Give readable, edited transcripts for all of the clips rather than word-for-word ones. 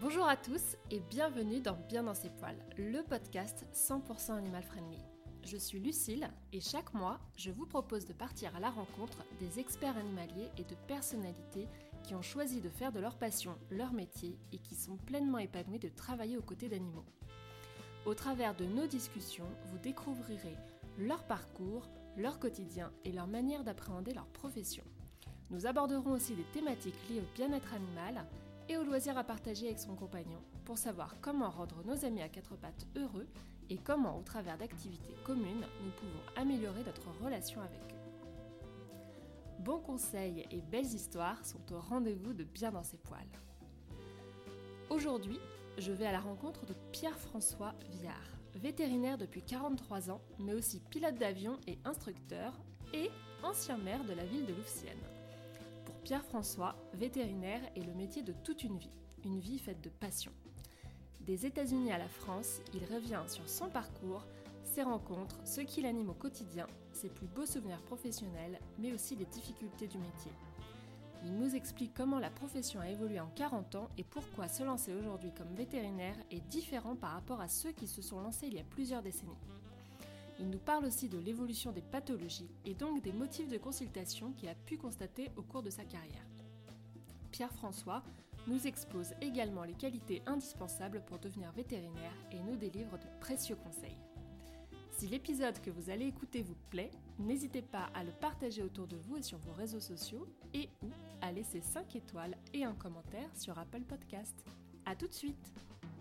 Bonjour à tous et bienvenue dans Bien dans ses poils, le podcast 100% animal friendly. Je suis Lucille et chaque mois, je vous propose de partir à la rencontre des experts animaliers et de personnalités qui ont choisi de faire de leur passion leur métier et qui sont pleinement épanouis de travailler aux côtés d'animaux. Au travers de nos discussions, vous découvrirez leur parcours, leur quotidien et leur manière d'appréhender leur profession. Nous aborderons aussi des thématiques liées au bien-être animal et au loisir à partager avec son compagnon pour savoir comment rendre nos amis à quatre pattes heureux et comment, au travers d'activités communes, nous pouvons améliorer notre relation avec eux. Bons conseils et belles histoires sont au rendez-vous de Bien dans ses poils. Aujourd'hui, je vais à la rencontre de Pierre-François Viard, vétérinaire depuis 43 ans, mais aussi pilote d'avion et instructeur, et ancien maire de la ville de Louvciennes. Pour Pierre-François, vétérinaire est le métier de toute une vie faite de passion. Des États-Unis à la France, il revient sur son parcours, ses rencontres, ce qui l'anime au quotidien, ses plus beaux souvenirs professionnels, mais aussi les difficultés du métier. Il nous explique comment la profession a évolué en 40 ans et pourquoi se lancer aujourd'hui comme vétérinaire est différent par rapport à ceux qui se sont lancés il y a plusieurs décennies. Il nous parle aussi de l'évolution des pathologies et donc des motifs de consultation qu'il a pu constater au cours de sa carrière. Pierre-François nous expose également les qualités indispensables pour devenir vétérinaire et nous délivre de précieux conseils. Si l'épisode que vous allez écouter vous plaît, n'hésitez pas à le partager autour de vous et sur vos réseaux sociaux et ou à laisser 5 étoiles et un commentaire sur Apple Podcast. À tout de suite.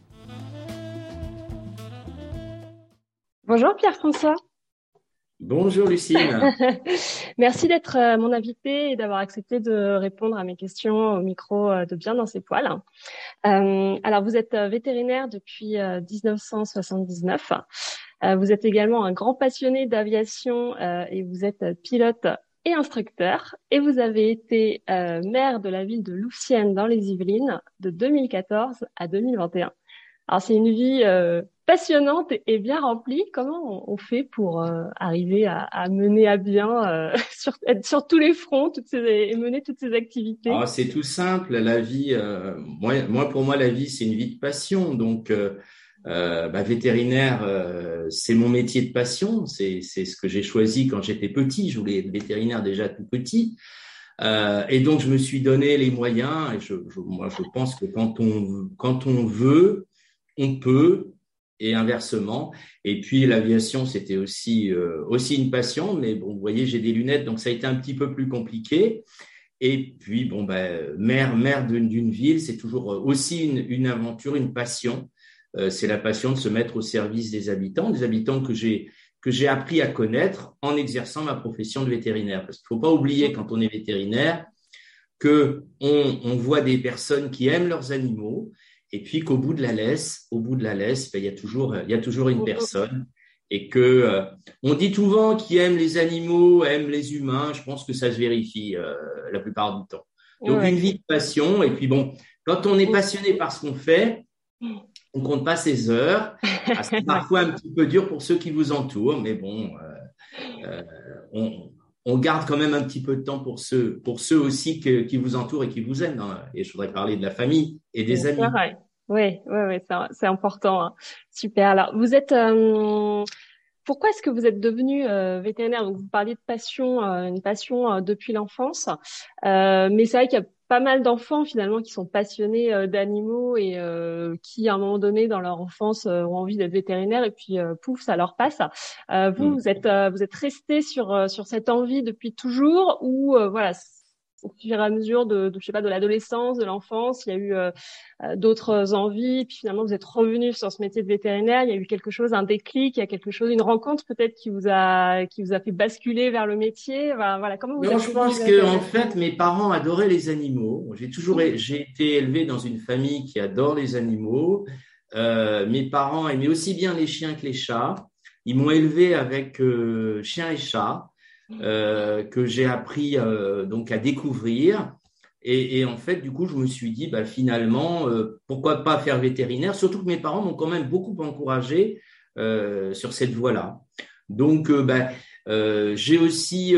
Bonjour Pierre-François. Bonjour Lucille. Merci d'être mon invité et d'avoir accepté de répondre à mes questions au micro de Bien dans ses poils. Alors vous êtes vétérinaire depuis 1979. Vous êtes également un grand passionné d'aviation et vous êtes pilote et instructeur. Et vous avez été maire de la ville de Louvciennes dans les Yvelines de 2014 à 2021. Alors c'est une vie passionnante et bien remplie. Comment on fait pour arriver à mener à bien être sur tous les fronts et mener toutes ces activités? C'est tout simple. La vie, pour moi, la vie, c'est une vie de passion. Donc, vétérinaire, c'est mon métier de passion. C'est ce que j'ai choisi quand j'étais petit. Je voulais être vétérinaire déjà tout petit. Et donc, je me suis donné les moyens. Et je pense que quand on veut, on peut, et inversement. Et puis l'aviation, c'était aussi une passion, mais bon, vous voyez, j'ai des lunettes, donc ça a été un petit peu plus compliqué. Et puis maire d'une ville, c'est toujours aussi une aventure, une passion. C'est la passion de se mettre au service des habitants que j'ai appris à connaître en exerçant ma profession de vétérinaire. Parce qu'il faut pas oublier, quand on est vétérinaire, que on voit des personnes qui aiment leurs animaux. Et puis qu'au bout de la laisse, il y a toujours une personne, et que on dit souvent qui aime les animaux, aime les humains. Je pense que ça se vérifie la plupart du temps. Donc une vie de passion. Et puis quand on est passionné par ce qu'on fait, on compte pas ses heures. C'est parfois un petit peu dur pour ceux qui vous entourent, mais on garde quand même un petit peu de temps pour ceux aussi qui vous entourent et qui vous aiment. Et je voudrais parler de la famille et des amis. Oui, c'est important. Hein. Super. Alors, vous êtes. Pourquoi est-ce que vous êtes devenu vétérinaire? Donc, vous parliez de passion, une passion depuis l'enfance. Mais c'est vrai qu'il y a pas mal d'enfants finalement qui sont passionnés d'animaux et qui, à un moment donné dans leur enfance, ont envie d'être vétérinaires et puis pouf, ça leur passe. Vous êtes resté sur cette envie depuis toujours ou voilà. Au fur et à mesure de l'adolescence, de l'enfance, il y a eu d'autres envies, puis finalement vous êtes revenu sur ce métier de vétérinaire. Il y a eu quelque chose, un déclic, il y a quelque chose, une rencontre peut-être qui vous a fait basculer vers le métier. Voilà, comment vous êtes? Je pense que en fait mes parents adoraient les animaux. J'ai été élevé dans une famille qui adore les animaux. Mes parents aimaient aussi bien les chiens que les chats. Ils m'ont élevé avec chiens et chats. Que j'ai appris donc à découvrir et en fait du coup je me suis dit finalement pourquoi pas faire vétérinaire, surtout que mes parents m'ont quand même beaucoup encouragé sur cette voie-là. Donc j'ai aussi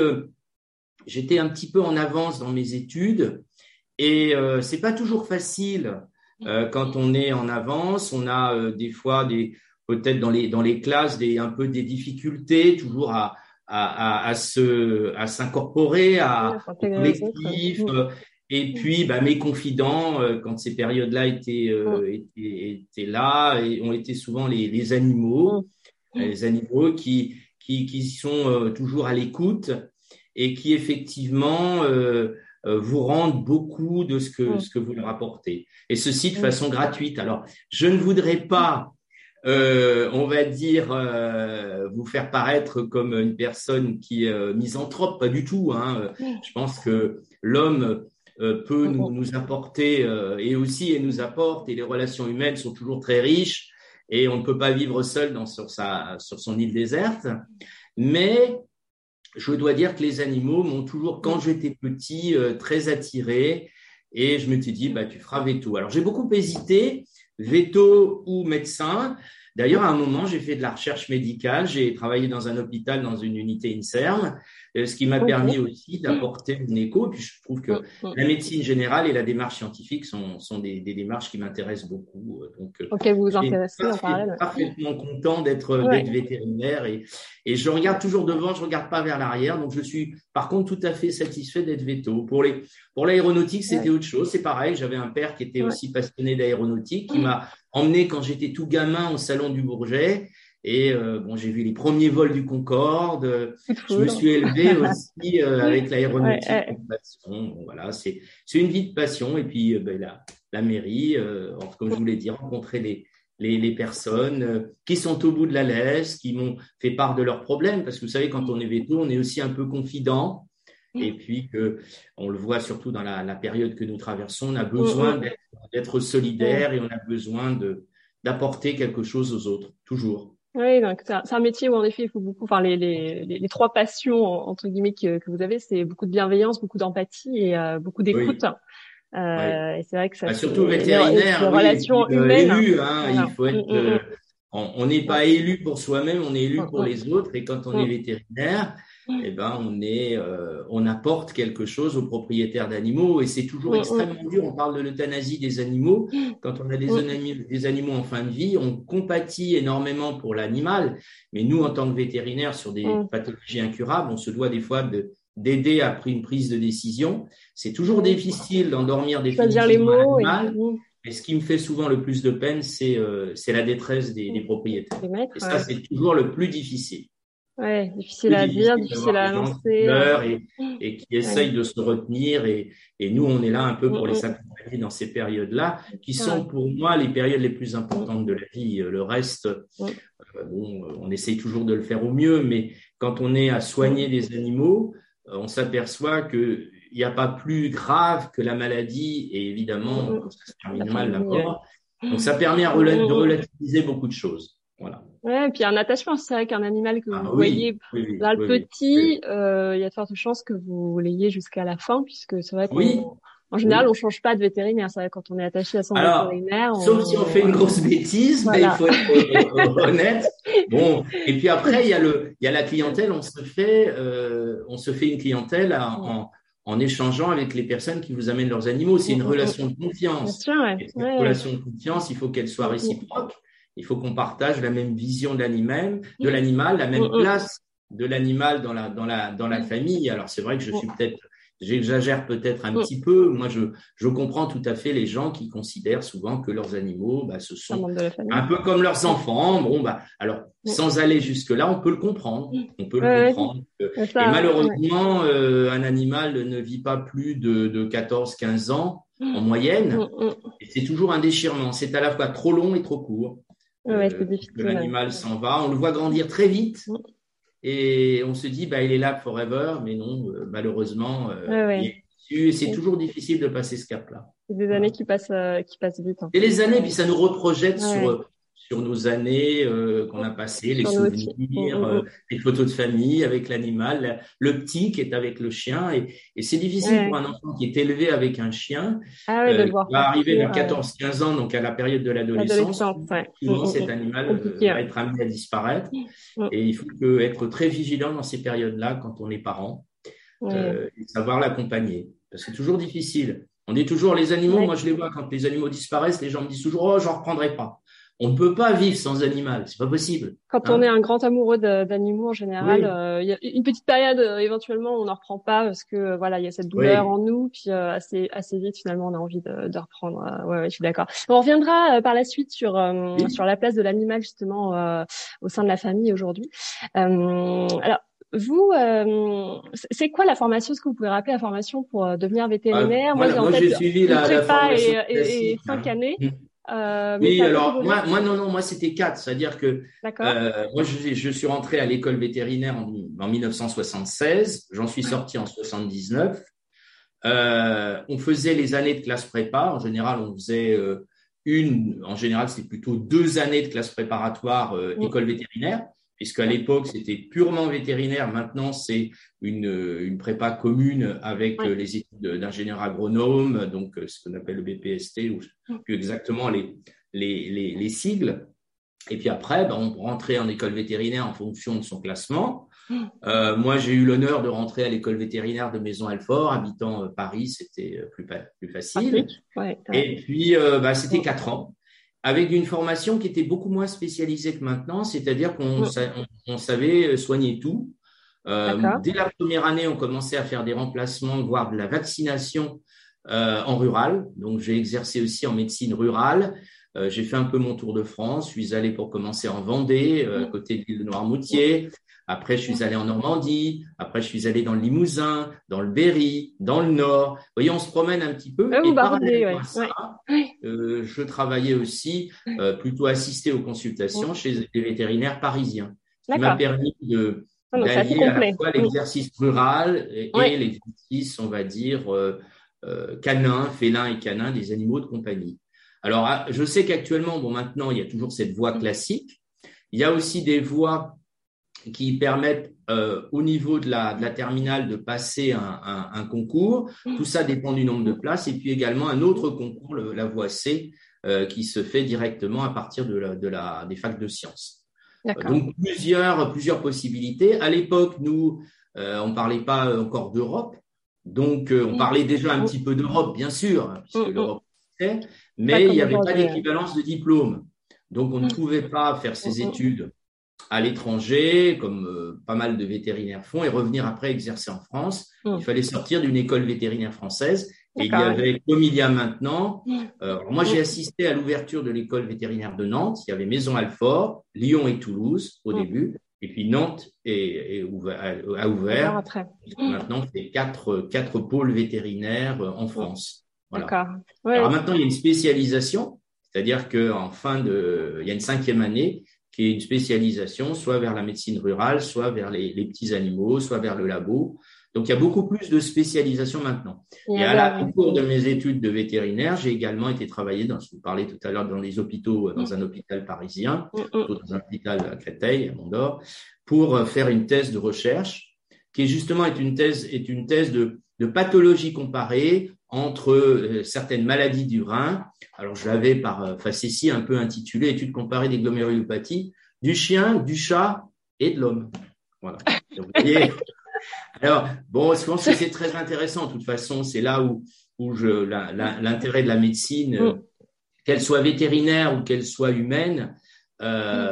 j'étais un petit peu en avance dans mes études et c'est pas toujours facile quand on est en avance. On a des fois peut-être dans les classes un peu des difficultés toujours à s'incorporer au collectif. Et puis, mes confidents, quand ces périodes-là étaient là, et ont été souvent les animaux, qui sont toujours à l'écoute et qui effectivement vous rendent beaucoup de ce que vous leur apportez. Et ceci de façon gratuite. Alors, je ne voudrais pas on va dire, vous faire paraître comme une personne qui est misanthrope, pas du tout. Je pense que l'homme peut nous apporter et nous apporte, et les relations humaines sont toujours très riches, et on ne peut pas vivre seul sur son île déserte. Mais je dois dire que les animaux m'ont toujours, quand j'étais petit, très attiré, et je m'étais dit, tu feras veto. Alors, j'ai beaucoup hésité, veto ou médecin. D'ailleurs, à un moment, j'ai fait de la recherche médicale. J'ai travaillé dans un hôpital, dans une unité INSERM, ce qui m'a permis aussi d'apporter une écho. Et puis, je trouve que la médecine générale et la démarche scientifique sont des démarches qui m'intéressent beaucoup. Donc, vous vous intéressez en parallèle. Parfaitement content d'être vétérinaire, et je regarde toujours devant, je regarde pas vers l'arrière. Donc, je suis, par contre, tout à fait satisfait d'être veto. Pour l'aéronautique, c'était autre chose. C'est pareil. J'avais un père qui était aussi passionné d'aéronautique, qui m'a emmené quand j'étais tout gamin au salon du Bourget, et j'ai vu les premiers vols du Concorde. Je me suis élevé aussi avec l'aéronautique. Voilà, c'est une vie de passion. Et puis la mairie, comme je vous l'ai dit, rencontrer les personnes qui sont au bout de la laisse, qui m'ont fait part de leurs problèmes, parce que vous savez, quand on est véto, on est aussi un peu confident. Et puis on le voit surtout dans la période que nous traversons, on a besoin d'être solidaire, et on a besoin d'apporter quelque chose aux autres, toujours. Oui, donc c'est un métier où en effet il faut beaucoup, les trois passions entre guillemets que vous avez, c'est beaucoup de bienveillance, beaucoup d'empathie et beaucoup d'écoute. Et c'est vrai que ça surtout vétérinaire, les relations humaines. Élu, il faut être. On n'est pas élu pour soi-même, on est élu pour les autres. Et quand on est vétérinaire, on apporte quelque chose aux propriétaires d'animaux, et c'est toujours extrêmement dur. On parle de l'euthanasie des animaux. Quand on a des animaux en fin de vie, on compatit énormément pour l'animal. Mais nous, en tant que vétérinaires, sur des pathologies incurables, on se doit des fois d'aider à une prise de décision. C'est toujours difficile d'endormir définitivement l'animal. Et ce qui me fait souvent le plus de peine, c'est la détresse des propriétaires. Et ça, c'est toujours le plus difficile. Ouais, difficile à dire, difficile à annoncer. Et qui essayent de se retenir. Et nous, on est là un peu pour les accompagner dans ces périodes-là, qui sont pour moi les périodes les plus importantes de la vie. Le reste, on essaye toujours de le faire au mieux, mais quand on est à soigner des animaux, on s'aperçoit qu'il n'y a pas plus grave que la maladie, et évidemment, ça se termine mal, la mort. Donc, ça permet de relativiser beaucoup de choses. Voilà. Ouais, et puis un attachement, c'est vrai qu'un animal que vous voyez là, le petit, il y a de fortes chances que vous l'ayez jusqu'à la fin, puisque c'est vrai qu'en général, on change pas de vétérinaire. C'est vrai, quand on est attaché à son vétérinaire. Sauf si on fait une grosse bêtise, mais il faut être honnête. Bon. Et puis après, il y a la clientèle. On se fait une clientèle en échangeant avec les personnes qui vous amènent leurs animaux. C'est une relation de confiance. Bien sûr, et cette relation de confiance, il faut qu'elle soit réciproque. Il faut qu'on partage la même vision de l'animal, la même place de l'animal dans la famille. Alors, c'est vrai que j'exagère peut-être un petit peu. Moi, je comprends tout à fait les gens qui considèrent souvent que leurs animaux, ce sont un peu comme leurs enfants. Alors, sans aller jusque-là, on peut le comprendre. On peut le comprendre. Et malheureusement, un animal ne vit pas plus de 14-15 ans en moyenne. Et c'est toujours un déchirement. C'est à la fois trop long et trop court. Que l'animal s'en va. On le voit grandir très vite. Et on se dit, il est là forever, mais non, malheureusement, il est dessus, et c'est toujours difficile de passer ce cap-là. C'est des années qui passent vite. Et les années, puis ça nous reprojette sur nos années qu'on a passées, les souvenirs, les photos de famille avec l'animal, le petit qui est avec le chien. Et c'est difficile pour un enfant qui est élevé avec un chien, qui va arriver vers 14-15 ans, donc à la période de l'adolescence. Souvent, cet animal va être amené à disparaître. Et il faut être très vigilant dans ces périodes-là quand on est parent, et savoir l'accompagner. Parce que c'est toujours difficile. On dit toujours, les animaux, Ouais. moi je les vois, quand les animaux disparaissent, les gens me disent toujours, oh, j'en reprendrai pas. On ne peut pas vivre sans animal, c'est pas possible. Quand on est Hein. un grand amoureux d'animaux en général, Oui, il y a une petite période éventuellement où on n'en reprend pas parce que voilà, il y a cette douleur oui. en nous, puis assez vite finalement on a envie de reprendre. Ouais, je suis d'accord. On reviendra par la suite sur Oui. la place de l'animal justement au sein de la famille aujourd'hui. Alors vous, c'est quoi la formation? Est-ce que vous pouvez rappeler la formation pour devenir vétérinaire? Moi, j'ai en Moi tête j'ai suivi une la prépa formation et classique. 5 années, Hein. mais Oui, ça a peut-être alors évolué. moi c'était 4, c'est-à-dire que D'accord. moi je suis rentré à l'école vétérinaire en 1976, j'en suis sorti en 79. On faisait les années de classe prépa, en général on faisait en général c'était plutôt 2 années de classe préparatoire Mm. école vétérinaire, puisqu'à l'époque c'était purement vétérinaire, maintenant c'est une prépa commune avec Ouais. les études d'ingénieur agronome, donc ce qu'on appelle le BPST, ou Mm. plus exactement les sigles. Et puis après, ben, on rentrait en école vétérinaire en fonction de son classement. Mm. Moi, j'ai eu l'honneur de rentrer à l'école vétérinaire de Maison-Alfort, habitant Paris, c'était plus facile. Pratique. Ouais. Et puis, bah, c'était Mm. 4 ans, avec une formation qui était beaucoup moins spécialisée que maintenant, c'est-à-dire Mm. on savait soigner tout. D'accord. Dès la première année, on commençait à faire des remplacements, voire de la vaccination en rural. Donc, j'ai exercé aussi en médecine rurale. J'ai fait un peu mon tour de France. Je suis allé pour commencer en Vendée, à Mm. côté de l'île de Mm. Noirmoutier. Après, je suis Mm. allé en Normandie. Après, je suis allé dans le Limousin, dans le Berry, dans le Nord. Vous voyez, on se promène un petit peu. Vous Et baroudez, parallèlement ouais. à ça, Ouais. Ouais. je travaillais aussi plutôt assisté aux consultations Mm. chez des vétérinaires parisiens, ce qui m'a D'accord. permis Ah, donc c'est assez d'allier à la complet. fois Mm. l'exercice rural Ouais. et l'exercice, on va dire, canin, félin et canin des animaux de compagnie. Alors, je sais qu'actuellement, bon, maintenant, il y a toujours cette voie Mm. classique. Il y a aussi des voies qui permettent au niveau de la terminale de passer un concours. Tout Mm. ça dépend du nombre de Mm. places. Et puis également un autre concours, la voie C, qui se fait directement à partir des facs de sciences. D'accord. Donc plusieurs possibilités. À l'époque, nous, on parlait pas encore d'Europe. Donc on Mm. parlait déjà un Mm. petit peu d'Europe, bien sûr, hein, puisque Mm. Mm. l'Europe existait, Pas mais il comme n'y avait pas aujourd'hui. Ouais. d'équivalence de diplôme. Donc on ne Mm. pouvait pas faire Mm. ses Mm. études à l'étranger, comme pas mal de vétérinaires font, et revenir après exercer en France. Il Mm. fallait sortir d'une école vétérinaire française. Et il y D'accord. Ouais. avait, comme il y a maintenant, Mm. moi Mm. j'ai assisté à l'ouverture de l'école vétérinaire de Nantes. Il y avait Maison-Alfort, Lyon et Toulouse au Mm. début. Et puis Nantes a On verra ouvert. après. Mm. Maintenant, c'est quatre pôles vétérinaires en Mm. France. Voilà. D'accord. Alors Ouais. maintenant, il y a une spécialisation, c'est-à-dire qu'en il y a une 5e année qui est une spécialisation, soit vers la médecine rurale, soit vers les petits animaux, soit vers le labo. Donc, il y a beaucoup plus de spécialisation maintenant. Et Et alors, au cours de mes études de vétérinaire, j'ai également été travailler je vous parlais tout à l'heure, dans les hôpitaux, dans un hôpital parisien, mm. Mm. plutôt dans un hôpital à Créteil, à Mont-d'Or, pour faire une thèse de recherche, qui justement est une thèse de pathologie comparée entre certaines maladies du rein. Alors, je l'avais par facétie un peu intitulé Études comparées des glomérulopathies du chien, du chat et de l'homme. Voilà. Donc, vous voyez. Alors, bon, je pense que c'est très intéressant. De toute façon, c'est là où l'intérêt de la médecine, Mm. qu'elle soit vétérinaire ou qu'elle soit humaine, Mm.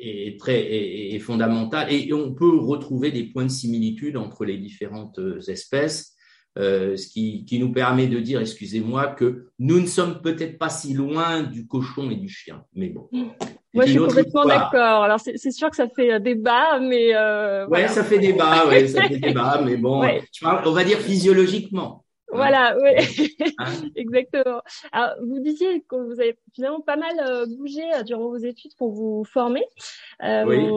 est fondamentale. Et on peut retrouver des points de similitude entre les différentes espèces, ce qui nous permet de dire, excusez-moi, que nous ne sommes peut-être pas si loin du cochon et du chien. Mais bon, Moi, c'est je une suis autre complètement histoire. d'accord. Alors, c'est sûr que ça fait débat, mais Ouais, voilà. ça fait débat, ouais, ça fait débat, mais bon, Ouais. on va dire physiologiquement. Hein, Voilà, ouais, hein. exactement. Alors, vous disiez que vous avez finalement pas mal bougé durant vos études pour vous former. Oui.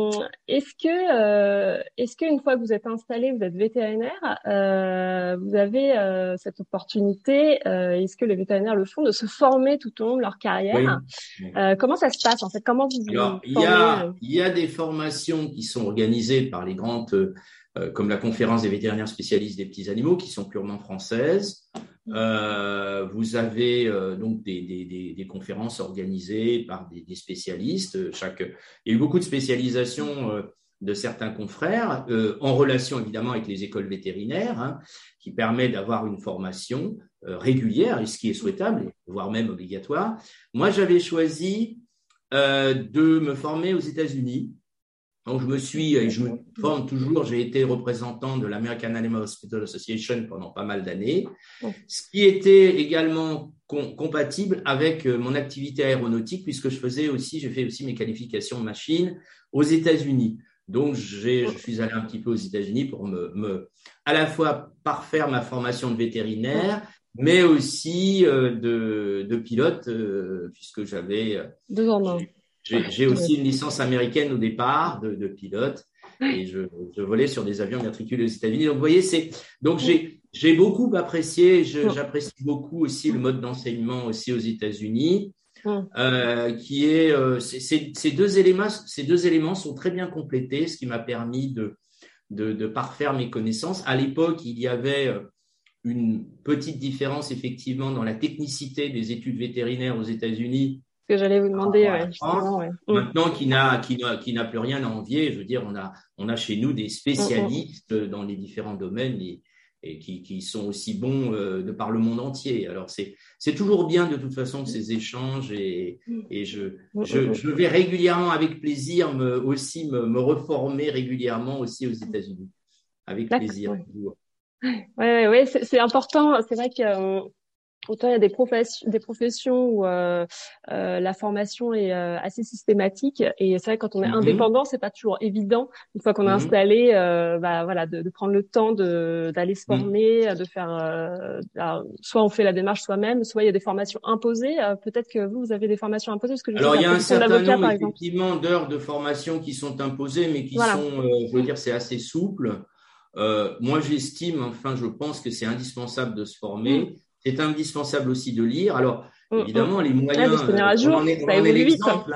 Est-ce qu'une fois que vous êtes installé, vous êtes vétérinaire, vous avez cette opportunité, est-ce que les vétérinaires le font, de se former tout au long de leur carrière? Oui. Comment ça se passe en fait? Comment vous vous Alors, il y formez? a, il y a des formations qui sont organisées par les grandes, comme la conférence des vétérinaires spécialistes des petits animaux, qui sont purement françaises. Vous avez donc des conférences organisées par des spécialistes. Il y a eu beaucoup de spécialisations de certains confrères, en relation évidemment avec les écoles vétérinaires, hein, qui permet d'avoir une formation régulière, et ce qui est souhaitable, voire même obligatoire. Moi, j'avais choisi de me former aux États-Unis. Donc, je me forme toujours, j'ai été représentant de l'American Animal Hospital Association pendant pas mal d'années, ce qui était également compatible avec mon activité aéronautique, puisque j'ai fait aussi mes qualifications machines aux États-Unis. Donc, je suis allé un petit peu aux États-Unis pour à la fois parfaire ma formation de vétérinaire, mais aussi de pilote, puisque j'avais… J'ai aussi une licence américaine au départ de pilote, et je volais sur des avions immatriculés aux États-Unis. Donc, vous voyez, j'ai beaucoup apprécié, j'apprécie beaucoup aussi le mode d'enseignement aussi aux États-Unis, qui est ces deux éléments sont très bien complétés, ce qui m'a permis de parfaire mes connaissances. À l'époque, il y avait une petite différence effectivement dans la technicité des études vétérinaires aux États-Unis. Que j'allais vous demander, justement, Maintenant, qui n'a plus rien à envier. Je veux dire, on a chez nous des spécialistes dans les différents domaines et qui sont aussi bons de par le monde entier. Alors, c'est toujours bien de toute façon ces échanges et je vais régulièrement avec plaisir me reformer régulièrement aussi aux États-Unis. Avec plaisir. Ouais, c'est important. C'est vrai que autant il y a des professions où la formation est assez systématique, et c'est vrai que quand on est indépendant, c'est pas toujours évident une fois qu'on est installé, de prendre le temps d'aller se former, de faire soit on fait la démarche soi-même, soit il y a des formations imposées. Peut-être que vous avez des formations imposées, parce que alors il y a un certain nombre effectivement d'heures de formation qui sont imposées, mais qui sont, je veux dire, c'est assez souple. Moi, j'estime, je pense que c'est indispensable de se former. C'est indispensable aussi de lire. Alors, évidemment, les moyens, on en est l'exemple.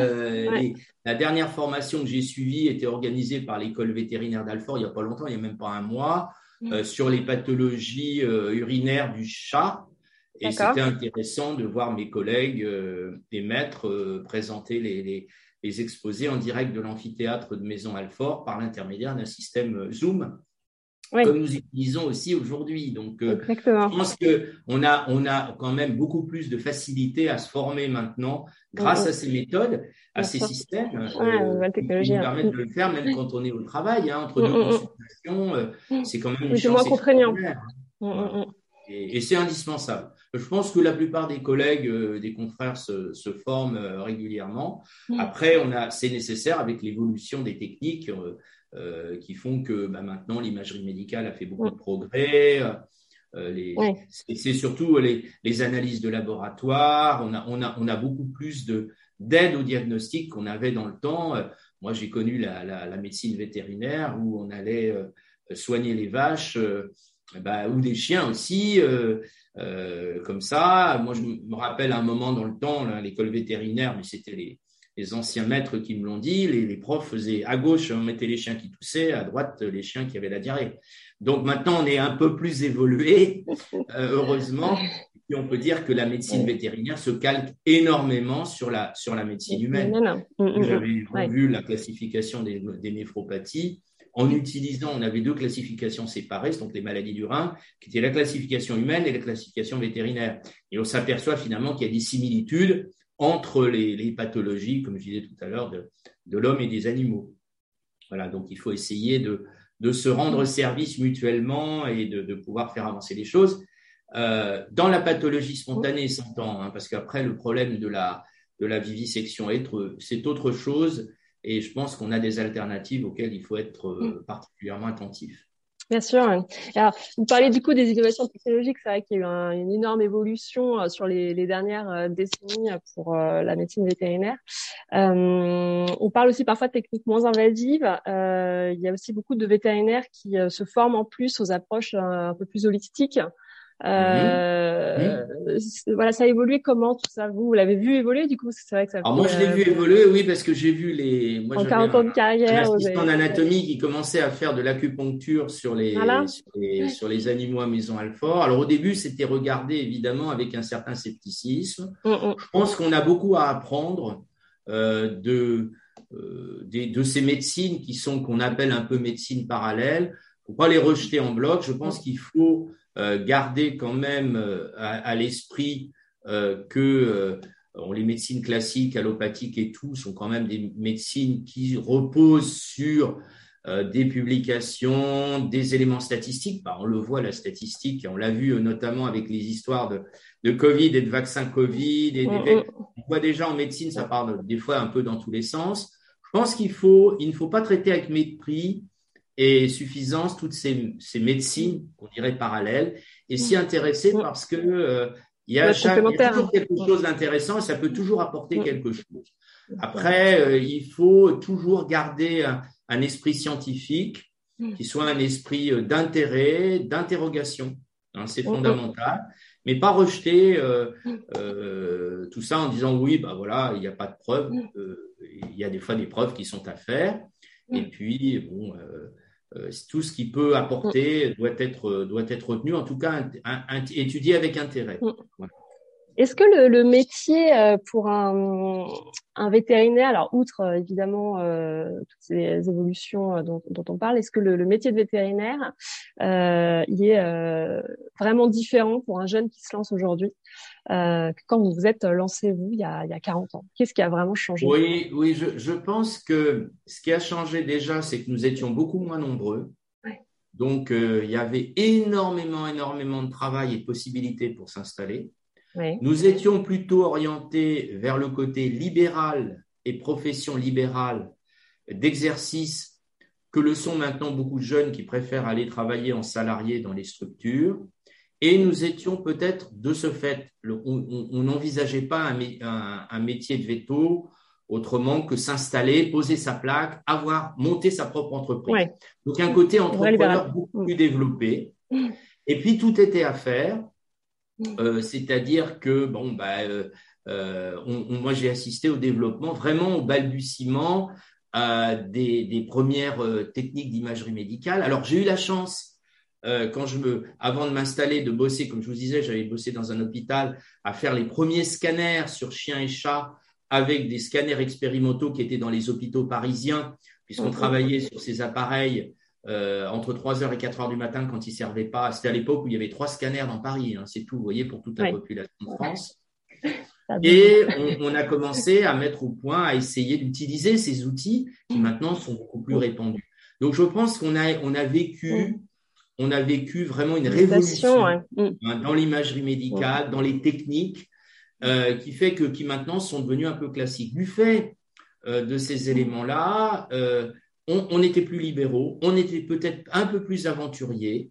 La dernière formation que j'ai suivie était organisée par l'école vétérinaire d'Alfort il n'y a pas longtemps, il n'y a même pas un mois, sur les pathologies urinaires du chat. Et c'était intéressant de voir mes collègues et maîtres présenter les exposés en direct de l'amphithéâtre de Maison Alfort par l'intermédiaire d'un système Zoom. Comme nous utilisons aussi aujourd'hui. Donc, je pense qu'on a quand même beaucoup plus de facilité à se former maintenant grâce à ces méthodes, à ces systèmes qui nous permettent de le faire même quand on est au travail. Entre deux consultations, c'est quand même une chance extraordinaire. Et c'est indispensable. Je pense que la plupart des collègues, des confrères se forment régulièrement. Après, c'est nécessaire avec l'évolution des techniques qui font que maintenant l'imagerie médicale a fait beaucoup de progrès. C'est surtout les analyses de laboratoire. On a beaucoup plus d'aide au diagnostic qu'on avait dans le temps. Moi, j'ai connu la médecine vétérinaire où on allait soigner les vaches ou des chiens aussi, comme ça. Moi, je me rappelle un moment dans le temps, l'école vétérinaire, mais c'était les anciens maîtres qui me l'ont dit, les profs faisaient à gauche, on mettait les chiens qui toussaient, à droite, les chiens qui avaient la diarrhée. Donc maintenant, on est un peu plus évolué, heureusement. Et on peut dire que la médecine vétérinaire se calque énormément sur la médecine humaine. J'avais revu la classification des néphropathies. En utilisant, on avait deux classifications séparées, donc les maladies du rein, qui étaient la classification humaine et la classification vétérinaire. Et on s'aperçoit finalement qu'il y a des similitudes entre les pathologies, comme je disais tout à l'heure, de l'homme et des animaux. Voilà, donc il faut essayer de se rendre service mutuellement et de pouvoir faire avancer les choses. Dans la pathologie spontanée, s'entend, parce qu'après, le problème de la vivisection, c'est autre chose, et je pense qu'on a des alternatives auxquelles il faut être particulièrement attentif. Bien sûr. Alors, vous parlez du coup des innovations technologiques. C'est vrai qu'il y a eu une énorme évolution sur les dernières décennies pour la médecine vétérinaire. On parle aussi parfois de techniques moins invasives. Il y a aussi beaucoup de vétérinaires qui se forment en plus aux approches un peu plus holistiques. Voilà, ça a évolué comment tout ça? Vous l'avez vu évoluer du coup? C'est vrai que ça. Alors moi je l'ai vu évoluer, oui, parce que j'ai vu moi en 40 ans de carrière, un assistant d'anatomie qui commençait à faire de l'acupuncture sur les animaux à Maison Alfort. Alors au début c'était regardé évidemment avec un certain scepticisme. Je pense qu'on a beaucoup à apprendre de ces médecines qu'on appelle un peu médecine parallèle. Il ne faut pas les rejeter en bloc. Je pense qu'il faut garder quand même à l'esprit que les médecines classiques, allopathiques et tout sont quand même des médecines qui reposent sur des publications, des éléments statistiques. On le voit, la statistique, on l'a vu notamment avec les histoires de Covid et de vaccins Covid. On voit déjà en médecine, ça part des fois un peu dans tous les sens. Je pense il ne faut pas traiter avec mépris et suffisance toutes ces médecines, qu'on dirait parallèles, et s'y intéresser parce que il y a toujours quelque chose d'intéressant et ça peut toujours apporter quelque chose. Après, il faut toujours garder un esprit scientifique qui soit un esprit d'intérêt, d'interrogation. C'est fondamental, mais pas rejeter tout ça en disant oui, voilà, il n'y a pas de preuves. Il y a des fois des preuves qui sont à faire. Et puis, tout ce qui peut apporter doit être retenu, en tout cas étudié avec intérêt. Voilà. Est-ce que le métier pour un vétérinaire, alors outre évidemment toutes ces évolutions dont on parle, est-ce que le métier de vétérinaire il est vraiment différent pour un jeune qui se lance aujourd'hui que quand vous vous êtes lancé vous il y a 40 ans? Qu'est-ce qui a vraiment changé? Oui, je pense que ce qui a changé déjà, c'est que nous étions beaucoup moins nombreux. Ouais. Donc il y avait énormément de travail et de possibilités pour s'installer. Oui. Nous étions plutôt orientés vers le côté libéral et profession libérale d'exercice que le sont maintenant beaucoup de jeunes qui préfèrent aller travailler en salarié dans les structures. Et nous étions peut-être, de ce fait, on n'envisageait pas un métier de véto autrement que s'installer, poser sa plaque, monter sa propre entreprise. Ouais. Donc un côté entrepreneur beaucoup plus développé. Et puis tout était à faire. C'est-à-dire que moi j'ai assisté au développement, vraiment au balbutiement des premières techniques d'imagerie médicale. Alors j'ai eu la chance avant de m'installer, de bosser, comme je vous disais, j'avais bossé dans un hôpital, à faire les premiers scanners sur chiens et chats avec des scanners expérimentaux qui étaient dans les hôpitaux parisiens, puisqu'on travaillait sur ces appareils entre 3h et 4h du matin quand ils ne servaient pas. C'était à l'époque où il y avait 3 scanners dans Paris, c'est tout, vous voyez, pour toute la population de France. Et on a commencé à mettre au point, à essayer d'utiliser ces outils qui maintenant sont beaucoup plus répandus. Donc je pense qu'on a vécu vraiment une révolution dans l'imagerie médicale, dans les techniques, qui fait qui maintenant sont devenus un peu classiques. Du fait de ces éléments-là, on était plus libéraux, on était peut-être un peu plus aventuriers.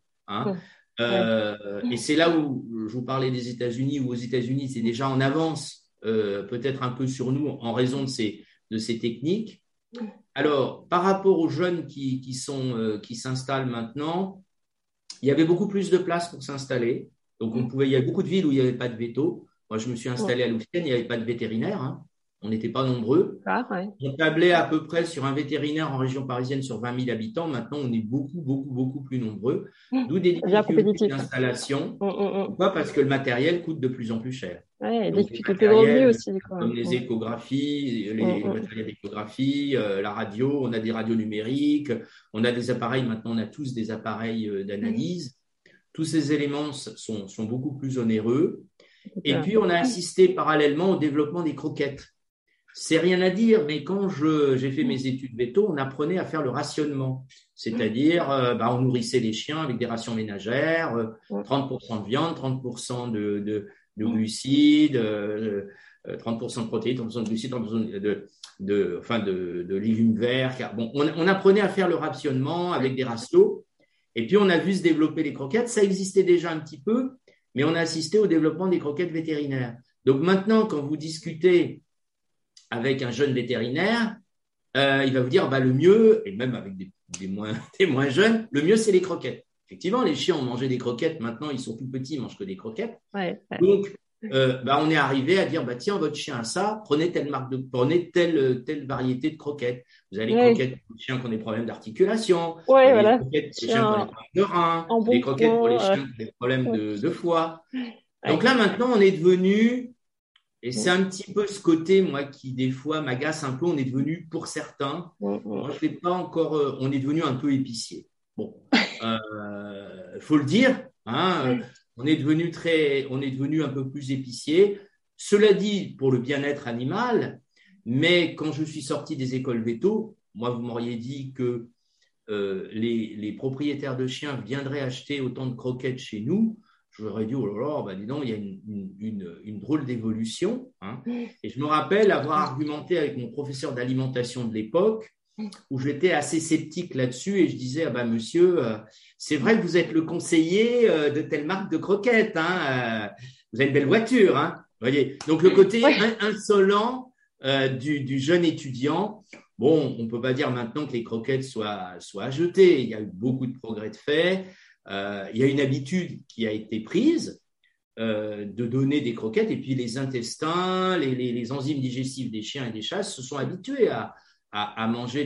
Et c'est là où je vous parlais des États-Unis, où aux États-Unis, c'est déjà en avance, peut-être un peu sur nous, en raison de ces techniques. Alors, par rapport aux jeunes qui s'installent maintenant, il y avait beaucoup plus de place pour s'installer. Donc, il y a beaucoup de villes où il n'y avait pas de veto. Moi, je me suis installé à Louvciennes, il n'y avait pas de vétérinaire. On n'était pas nombreux. On tablait à peu près sur un vétérinaire en région parisienne sur 20 000 habitants. Maintenant, on est beaucoup plus nombreux. D'où des difficultés d'installation. Pourquoi ? Parce que le matériel coûte de plus en plus cher. Ouais, des difficultés de revenus aussi. Comme les échographies, les matériels d'échographie, la radio, on a des radios numériques, on a des appareils, maintenant on a tous des appareils d'analyse. Tous ces éléments sont beaucoup plus onéreux. Et puis, on a assisté parallèlement au développement des croquettes. C'est rien à dire, mais quand j'ai fait mes études véto, on apprenait à faire le rationnement. C'est-à-dire, on nourrissait les chiens avec des rations ménagères, 30% de viande, 30% de glucides, 30% de protéines, 30% de glucides, 30% de légumes verts. On apprenait à faire le rationnement avec des ratios. Et puis, on a vu se développer les croquettes. Ça existait déjà un petit peu, mais on a assisté au développement des croquettes vétérinaires. Donc maintenant, quand vous discutez avec un jeune vétérinaire, il va vous dire le mieux, et même avec des moins jeunes, le mieux c'est les croquettes. Effectivement, les chiens ont mangé des croquettes, maintenant ils sont tout petits, ils mangent que des croquettes. Donc, on est arrivé à dire tiens, votre chien a ça, prenez telle telle variété de croquettes. Vous avez les croquettes pour les chiens qui ont des problèmes d'articulation, les croquettes pour les chiens qui ont des problèmes de reins, les croquettes pour les chiens qui ont des problèmes de foie. Donc là, maintenant, on est devenu Et c'est un petit peu ce côté, moi, qui des fois m'agace un peu. On est devenu, pour certains, moi je l'ai pas encore, on est devenu un peu épicier. Bon, faut le dire, hein, on est devenu un peu plus épicier. Cela dit, pour le bien-être animal, mais quand je suis sorti des écoles véto, moi, vous m'auriez dit que les propriétaires de chiens viendraient acheter autant de croquettes chez nous. Je leur ai dit, oh là là, bah dis donc, il y a une drôle d'évolution. Hein. Et je me rappelle avoir argumenté avec mon professeur d'alimentation de l'époque, où j'étais assez sceptique là-dessus, et je disais, ah bah, monsieur, c'est vrai que vous êtes le conseiller de telle marque de croquettes. Hein, vous avez une belle voiture. Hein, vous voyez. Donc, le côté insolent du jeune étudiant. Bon, on ne peut pas dire maintenant que les croquettes soient à jeter. Il y a eu beaucoup de progrès de fait. Il y a une habitude qui a été prise de donner des croquettes, et puis les intestins, les enzymes digestives des chiens et des chats se sont habitués à manger de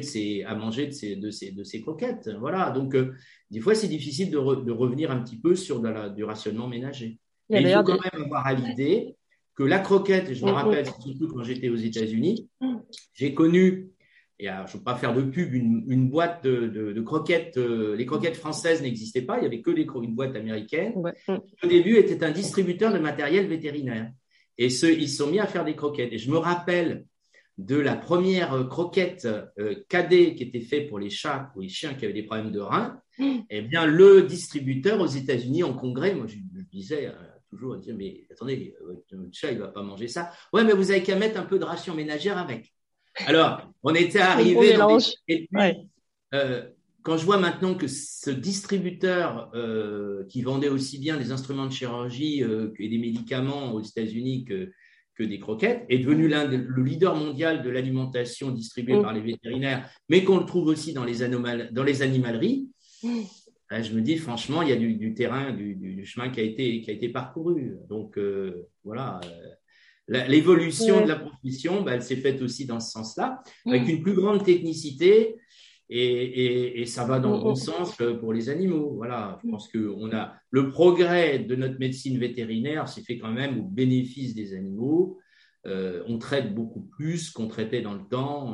ces croquettes. Voilà. Donc, des fois, c'est difficile de revenir un petit peu sur du rationnement ménager. Et il faut quand même avoir à l'idée que la croquette, et je me rappelle surtout quand j'étais aux États-Unis, j'ai connu, et alors, je ne veux pas faire de pub, une boîte de croquettes. Les croquettes françaises n'existaient pas, il n'y avait que une boîte américaine. Au début, était un distributeur de matériel vétérinaire. Et ils se sont mis à faire des croquettes. Et je me rappelle de la première croquette cadet qui était faite pour les chats, pour les chiens qui avaient des problèmes de reins. Eh bien, le distributeur aux États-Unis, en congrès, moi, je disais toujours, mais attendez, votre chat, il ne va pas manger ça. Ouais, mais vous avez qu'à mettre un peu de ration ménagère avec. Alors, on était arrivé dans des... Et puis, quand je vois maintenant que ce distributeur qui vendait aussi bien des instruments de chirurgie et des médicaments aux États-Unis que des croquettes, est devenu le leader mondial de l'alimentation distribuée par les vétérinaires, mais qu'on le trouve aussi dans les animaleries, je me dis franchement, il y a du terrain, du chemin qui a été parcouru. Donc, voilà. L'évolution de la profession, elle s'est faite aussi dans ce sens-là, avec une plus grande technicité, et ça va dans le bon sens pour les animaux. Voilà, je pense que le progrès de notre médecine vétérinaire s'est fait quand même au bénéfice des animaux. On traite beaucoup plus qu'on traitait dans le temps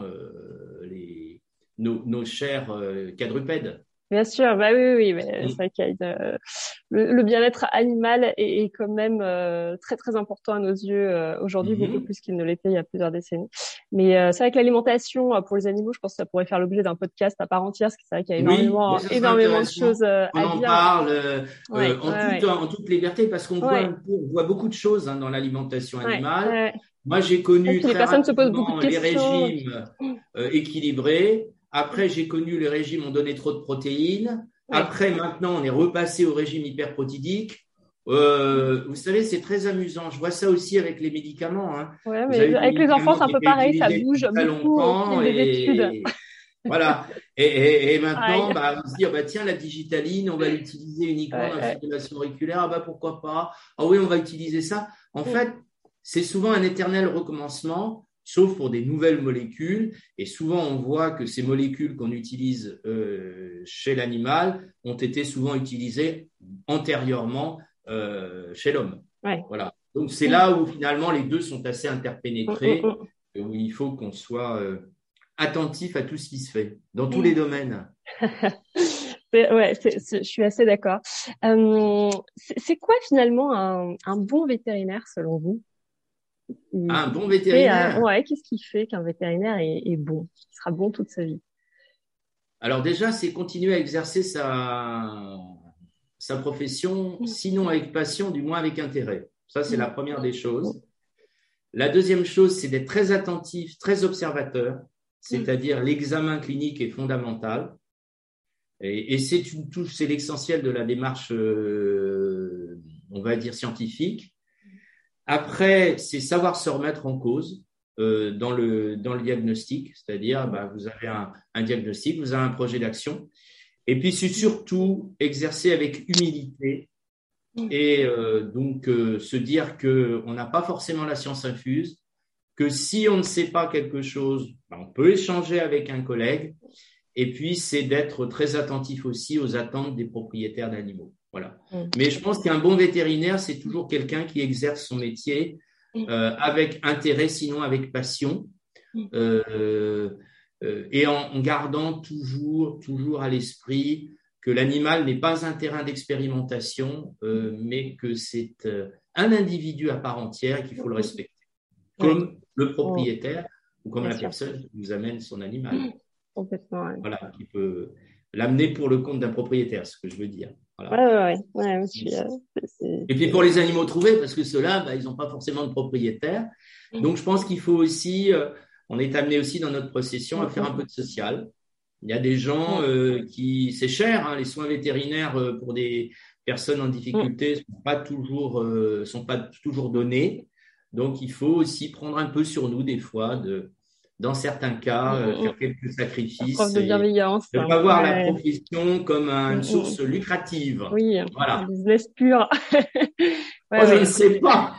nos chers quadrupèdes. Bien sûr, bah oui, mais c'est vrai qu'il y a le bien-être animal est quand même très très important à nos yeux aujourd'hui, beaucoup plus qu'il ne l'était il y a plusieurs décennies. Mais c'est vrai que l'alimentation pour les animaux, je pense que ça pourrait faire l'objet d'un podcast à part entière, parce que c'est vrai qu'il y a énormément de choses à dire. On en parle en toute liberté, parce qu'on voit beaucoup de choses dans l'alimentation animale. Moi, j'ai connu très rapidement les régimes équilibrés. Après, j'ai connu les régimes, on donnait trop de protéines. Après, maintenant, on est repassé au régime hyperprotidique. Vous savez, c'est très amusant. Je vois ça aussi avec les médicaments. Hein. Ouais, mais avec les enfants, c'est un peu pareil. Ça bouge beaucoup au fil des études. Voilà. Et maintenant, on se dit, tiens, la digitaline, on va l'utiliser uniquement dans la fibrillation auriculaire. Pourquoi pas? Ah oui, on va utiliser ça. En fait, c'est souvent un éternel recommencement, sauf pour des nouvelles molécules. Et souvent, on voit que ces molécules qu'on utilise chez l'animal ont été souvent utilisées antérieurement chez l'homme. Voilà. Donc, c'est là où finalement les deux sont assez interpénétrés, où il faut qu'on soit attentif à tout ce qui se fait, dans tous les domaines. Je suis assez d'accord. C'est quoi finalement un bon vétérinaire selon vous? Un bon vétérinaire. Qu'est-ce qui fait qu'un vétérinaire est bon, qu'il sera bon toute sa vie? Alors déjà, c'est continuer à exercer sa profession, sinon avec passion, du moins avec intérêt. Ça, c'est la première des choses. La deuxième chose, c'est d'être très attentif, très observateur, c'est-à-dire l'examen clinique est fondamental. Et c'est l'essentiel de la démarche, on va dire, scientifique. Après, c'est savoir se remettre en cause dans le diagnostic, c'est-à-dire vous avez un diagnostic, vous avez un projet d'action, et puis c'est surtout exercer avec humilité et donc se dire qu'on n'a pas forcément la science infuse, que si on ne sait pas quelque chose, on peut échanger avec un collègue, et puis c'est d'être très attentif aussi aux attentes des propriétaires d'animaux. Voilà. Mais je pense qu'un bon vétérinaire, c'est toujours quelqu'un qui exerce son métier avec intérêt, sinon avec passion, et en gardant toujours à l'esprit que l'animal n'est pas un terrain d'expérimentation, mais que c'est un individu à part entière et qu'il faut le respecter, comme le propriétaire ou comme la personne qui nous amène son animal. Complètement. Ouais. Voilà, qui peut l'amener pour le compte d'un propriétaire, ce que je veux dire. Voilà. Ouais, et puis pour les animaux trouvés, parce que ceux-là, ils n'ont pas forcément de propriétaire. Donc je pense qu'il faut aussi, on est amené aussi dans notre procession à faire un peu de social. Il y a des gens qui, c'est cher, hein, les soins vétérinaires pour des personnes en difficulté sont pas toujours donnés. Donc il faut aussi prendre un peu sur nous des fois dans certains cas, faire quelques sacrifices. Preuve de bienveillance. Ne pas voir la profession comme une source lucrative. Oui, voilà. Un business pur. Je ne sais pas.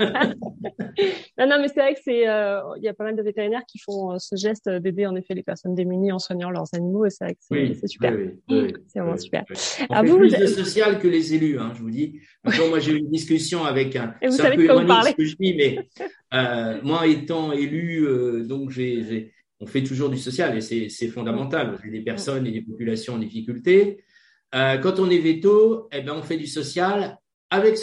non, mais c'est vrai que il y a pas mal de vétérinaires qui font ce geste d'aider en effet les personnes démunies en soignant leurs animaux, et c'est vrai que c'est super. C'est vraiment super. On fait plus de social que les élus, hein, je vous dis. Moi, j'ai eu une discussion avec et vous c'est savez un peu de quoi ironique vous parlez. ce que je dis, mais moi étant élu, donc on fait toujours du social et c'est fondamental. J'ai des personnes et des populations en difficulté. Quand on est véto, on fait du social avec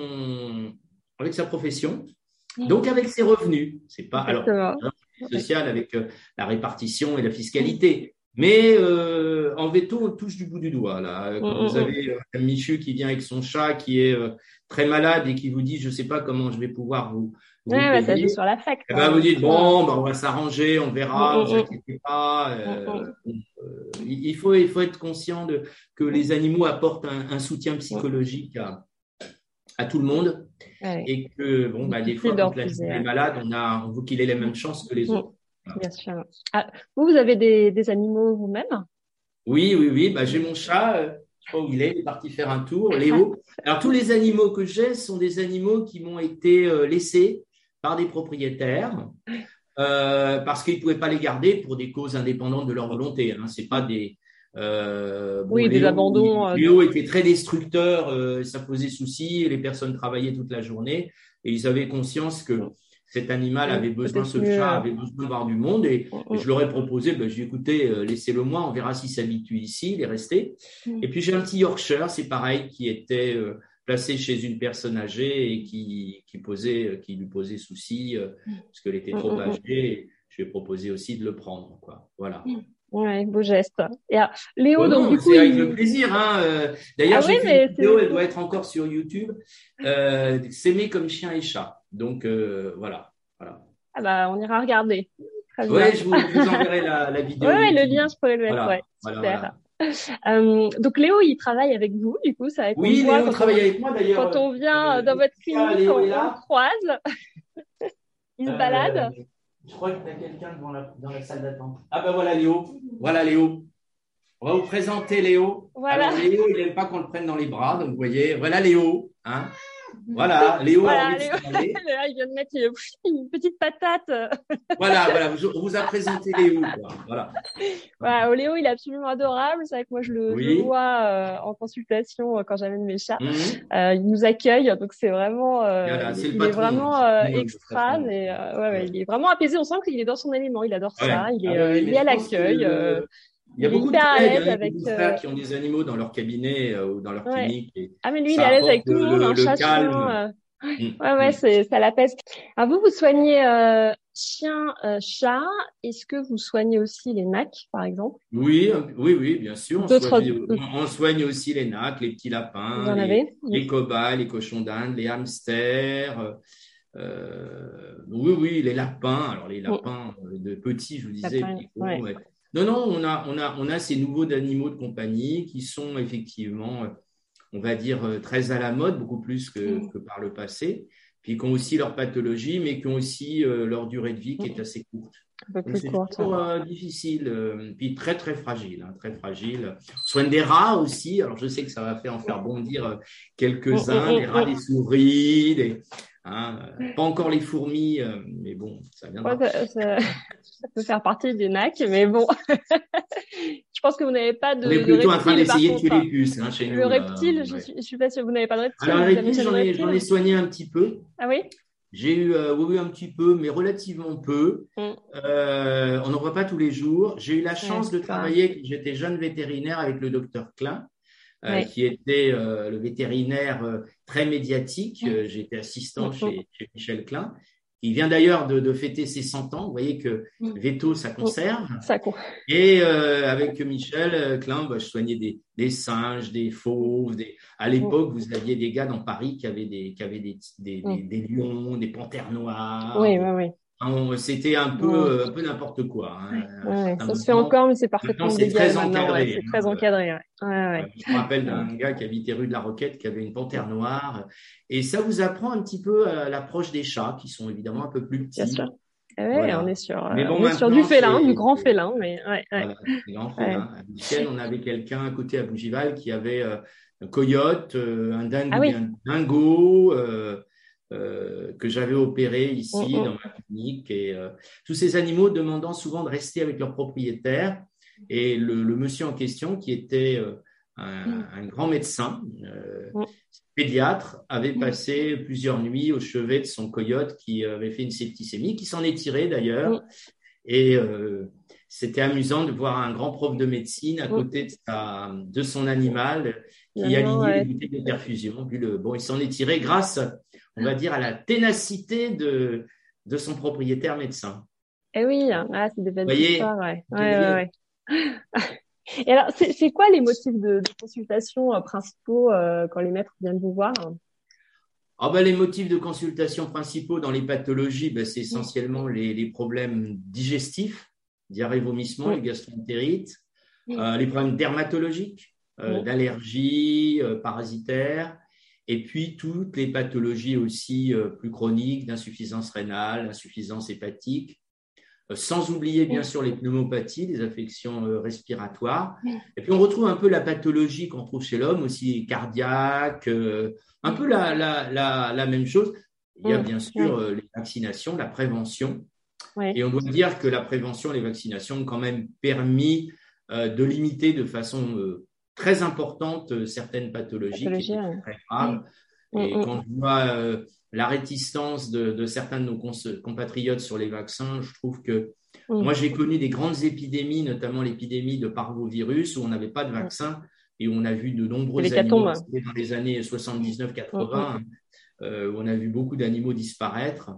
sa profession, donc avec ses revenus. C'est pas social avec la répartition et la fiscalité. Mais en veto, on touche du bout du doigt. Là. Quand vous avez un Michu qui vient avec son chat qui est très malade et qui vous dit « je ne sais pas comment je vais pouvoir vous payer », ça joue sur l'affect. Vous dites « bon, on va s'arranger, on verra, ne vous inquiétez pas ». Il faut être conscient que les animaux apportent un soutien psychologique à tout le monde et que des fois, quand l'animal est malade, on veut qu'il ait les mêmes chances que les autres. Bien sûr. Vous avez des animaux vous-même? Oui. J'ai mon chat, je sais pas où il est parti faire un tour, Léo. Alors, tous les animaux que j'ai sont des animaux qui m'ont été laissés par des propriétaires parce qu'ils ne pouvaient pas les garder pour des causes indépendantes de leur volonté. Hein. C'est pas des… des abandons. Léo était très destructeur, ça posait souci, les personnes travaillaient toute la journée et ils avaient conscience que cet animal avait besoin, ce chat avait besoin de voir du monde et je leur ai proposé, j'ai dit écoutez, laissez-le moi, on verra s'il s'habitue ici, il est resté. Et puis j'ai un petit Yorkshire, c'est pareil, qui était placé chez une personne âgée et qui lui posait souci parce qu'elle était trop âgée. Et je lui ai proposé aussi de le prendre, quoi. Voilà. Ouais, beau geste. Et Léo, donc du coup, c'est avec le plaisir. Hein. D'ailleurs, j'ai fait une vidéo, elle doit être encore sur YouTube. S'aimer comme chien et chat. Donc voilà. On ira regarder. Oui, je vous enverrai la vidéo. Oui, le lien, je pourrais le mettre. Super. Donc Léo, il travaille avec vous, du coup, ça va être Léo travaille avec moi d'ailleurs. Quand on vient dans votre clinique, on le croise. Il se balade. Je crois que tu as quelqu'un dans la salle d'attente. Voilà Léo. Voilà Léo. On va vous présenter Léo. Voilà. Alors, Léo, il n'aime pas qu'on le prenne dans les bras, donc vous voyez, voilà Léo. Hein. Léo a envie de se parler. Il vient de mettre une petite patate. Voilà, on vous a présenté Léo. Voilà. Léo, il est absolument adorable. C'est vrai que moi, je le vois en consultation quand j'amène mes chats. Il nous accueille, donc c'est vraiment, il est vraiment extra. Il est vraiment apaisé. On sent qu'il est dans son élément. Il adore ça. Il est à l'accueil. Il y a beaucoup de collègues avec qui ont des animaux dans leur cabinet ou dans leur clinique. Mais lui, il est à l'aise avec tout le monde, un chat, chien. Ça l'apaise. Alors vous soignez chien, chat. Est-ce que vous soignez aussi les nacs, par exemple? Oui, bien sûr. On soigne aussi les nacs, les petits lapins, les cobayes, les cochons d'Inde, les hamsters. Les lapins. Alors les lapins de petits, je vous disais. Non, on a ces nouveaux animaux de compagnie qui sont effectivement, on va dire, très à la mode, beaucoup plus que par le passé, puis qui ont aussi leur pathologie, mais qui ont aussi leur durée de vie qui est assez courte. Un peu plus courte. C'est difficile, puis très, très fragile, hein, très fragile. On soigne des rats aussi, alors je sais que ça va en faire bondir quelques-uns, des rats, des souris, pas encore les fourmis, mais bon, ça viendra. Ça peut faire partie des nacs, mais bon. Je pense que vous n'avez pas de. On est plutôt en train d'essayer de tuer les puces chez nous. Le reptile, je suis pas sûre. Vous n'avez pas de reptile. Alors, le reptile, j'en ai soigné un petit peu. Ah oui? J'ai eu, oui, un petit peu, mais relativement peu. On n'en voit pas tous les jours. J'ai eu la chance de travailler quand j'étais jeune vétérinaire avec le docteur Klein, qui était le vétérinaire très médiatique. J'étais assistant chez Michel Klein, qui vient d'ailleurs de fêter ses 100 ans. Vous voyez que Veto, ça conserve. Et avec Michel Klein, je soignais des singes, des fauves. À l'époque, vous aviez des gars dans Paris qui avaient des lions, des panthères noires. C'était un peu n'importe quoi. Ça se fait encore, mais c'est parfaitement légal maintenant. C'est très encadré. Je me rappelle d'un gars qui habitait rue de la Roquette, qui avait une panthère noire. Et ça vous apprend un petit peu à l'approche des chats, qui sont évidemment un peu plus petits. Bien sûr. Voilà. On est sur du félin, du grand félin. Voilà, grand félin. À Michel, on avait quelqu'un à côté à Bougival qui avait un coyote, un dingo, que j'avais opéré ici dans ma clinique. Et tous ces animaux demandant souvent de rester avec leur propriétaire. Et le monsieur en question, qui était un grand médecin, pédiatre, avait passé plusieurs nuits au chevet de son coyote qui avait fait une septicémie, qui s'en est tiré d'ailleurs. Et c'était amusant de voir un grand prof de médecine à côté de son animal qui alignait les bouteilles de perfusion. Il s'en est tiré grâce, on va dire, à la ténacité de son propriétaire médecin. Eh oui, c'est des belles histoires. Et alors, c'est quoi les motifs de consultation principaux quand les maîtres viennent vous voir? Les motifs de consultation principaux dans les pathologies, c'est essentiellement les problèmes digestifs, diarrhée, vomissement, les gastroentérites, les problèmes dermatologiques, d'allergies, parasitaires, et puis toutes les pathologies aussi plus chroniques, d'insuffisance rénale, d'insuffisance hépatique, sans oublier bien sûr les pneumopathies, les affections respiratoires. Et puis on retrouve un peu la pathologie qu'on trouve chez l'homme, aussi cardiaque, un peu la même chose. Il y a bien sûr les vaccinations, la prévention. Et on doit dire que la prévention, les vaccinations ont quand même permis de limiter de façon très importante certaines pathologies qui étaient très graves. Et quand je vois la réticence de certains de nos compatriotes sur les vaccins, je trouve que moi, j'ai connu des grandes épidémies, notamment l'épidémie de parvovirus, où on n'avait pas de vaccin et où on a vu de nombreux animaux dans les années 79-80, où on a vu beaucoup d'animaux disparaître.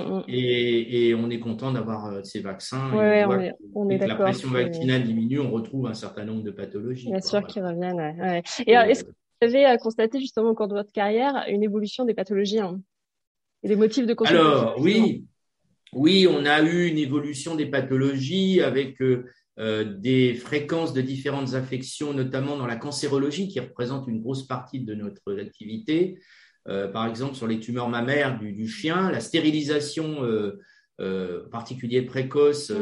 Et on est content d'avoir ces vaccins. On est que la pression vaccinale diminue, on retrouve un certain nombre de pathologies. Bien sûr qu'ils reviennent. Et alors, est-ce que vous avez constaté justement au cours de votre carrière une évolution des pathologies et des motifs de consultation? Alors, oui, on a eu une évolution des pathologies avec des fréquences de différentes affections, notamment dans la cancérologie, qui représente une grosse partie de notre activité. Par exemple, sur les tumeurs mammaires du chien, la stérilisation, en particulier précoce,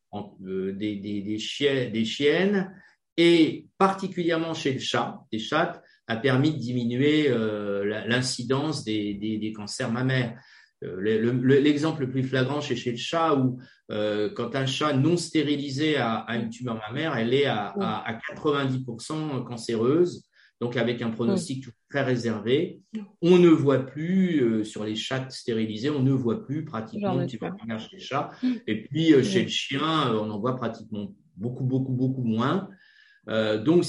des chiennes, et particulièrement chez le chat, des chats, a permis de diminuer l'incidence des cancers mammaires. L'exemple le plus flagrant, c'est chez le chat, où quand un chat non stérilisé a une tumeur mammaire, elle est à 90% cancéreuse, donc avec un pronostic très réservé. On ne voit plus, sur les chats stérilisés, on ne voit plus pratiquement de tumeur mammaire chez les chats. Et puis chez le chien, on en voit pratiquement beaucoup moins. Donc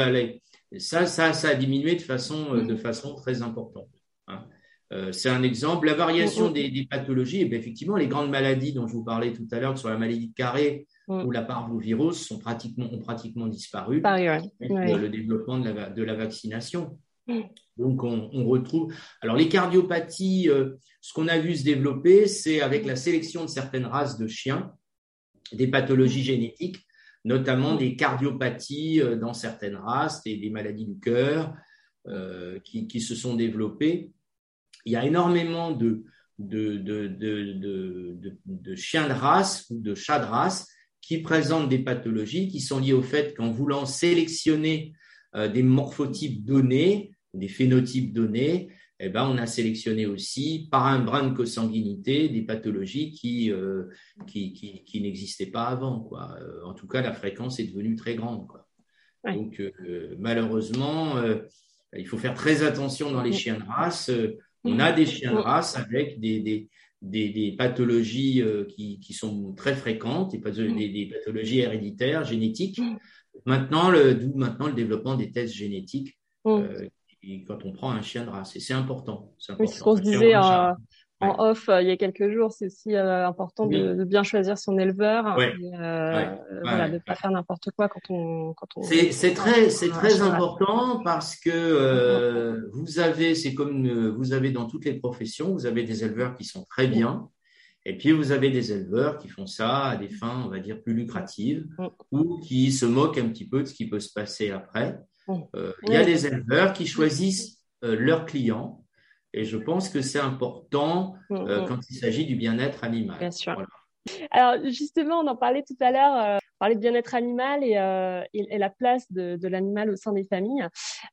ça a diminué de façon très importante. C'est un exemple. La variation des pathologies, et bien effectivement, les grandes maladies dont je vous parlais tout à l'heure, que ce soit la maladie de Carré ou la parvovirose, ont pratiquement disparu avec le développement de la vaccination. Donc, on retrouve… Alors, les cardiopathies, ce qu'on a vu se développer, c'est avec la sélection de certaines races de chiens, des pathologies génétiques, notamment des cardiopathies dans certaines races, des maladies du cœur qui se sont développées. Il y a énormément de chiens de race ou de chats de race qui présentent des pathologies qui sont liées au fait qu'en voulant sélectionner des morphotypes donnés, des phénotypes donnés, on a sélectionné aussi par un brin de consanguinité des pathologies qui n'existaient pas avant, quoi. En tout cas, la fréquence est devenue très grande, quoi. Donc, malheureusement, il faut faire très attention dans les chiens de race. On a des chiens de race avec des pathologies qui sont très fréquentes, des pathologies héréditaires, génétiques. D'où maintenant le développement des tests génétiques quand on prend un chien de race. Et c'est important. Oui, c'est ce qu'on se disait en off il y a quelques jours. C'est aussi important de bien choisir son éleveur et de pas faire n'importe quoi quand on. C'est très important parce que c'est comme vous avez dans toutes les professions, vous avez des éleveurs qui sont très bien. Et puis, vous avez des éleveurs qui font ça à des fins, on va dire, plus lucratives ou qui se moquent un petit peu de ce qui peut se passer après. Il y a des éleveurs qui choisissent leurs clients et je pense que c'est important quand il s'agit du bien-être animal. Bien sûr. Voilà. Alors, justement, on en parlait tout à l'heure, on parlait de bien-être animal et la place de l'animal au sein des familles.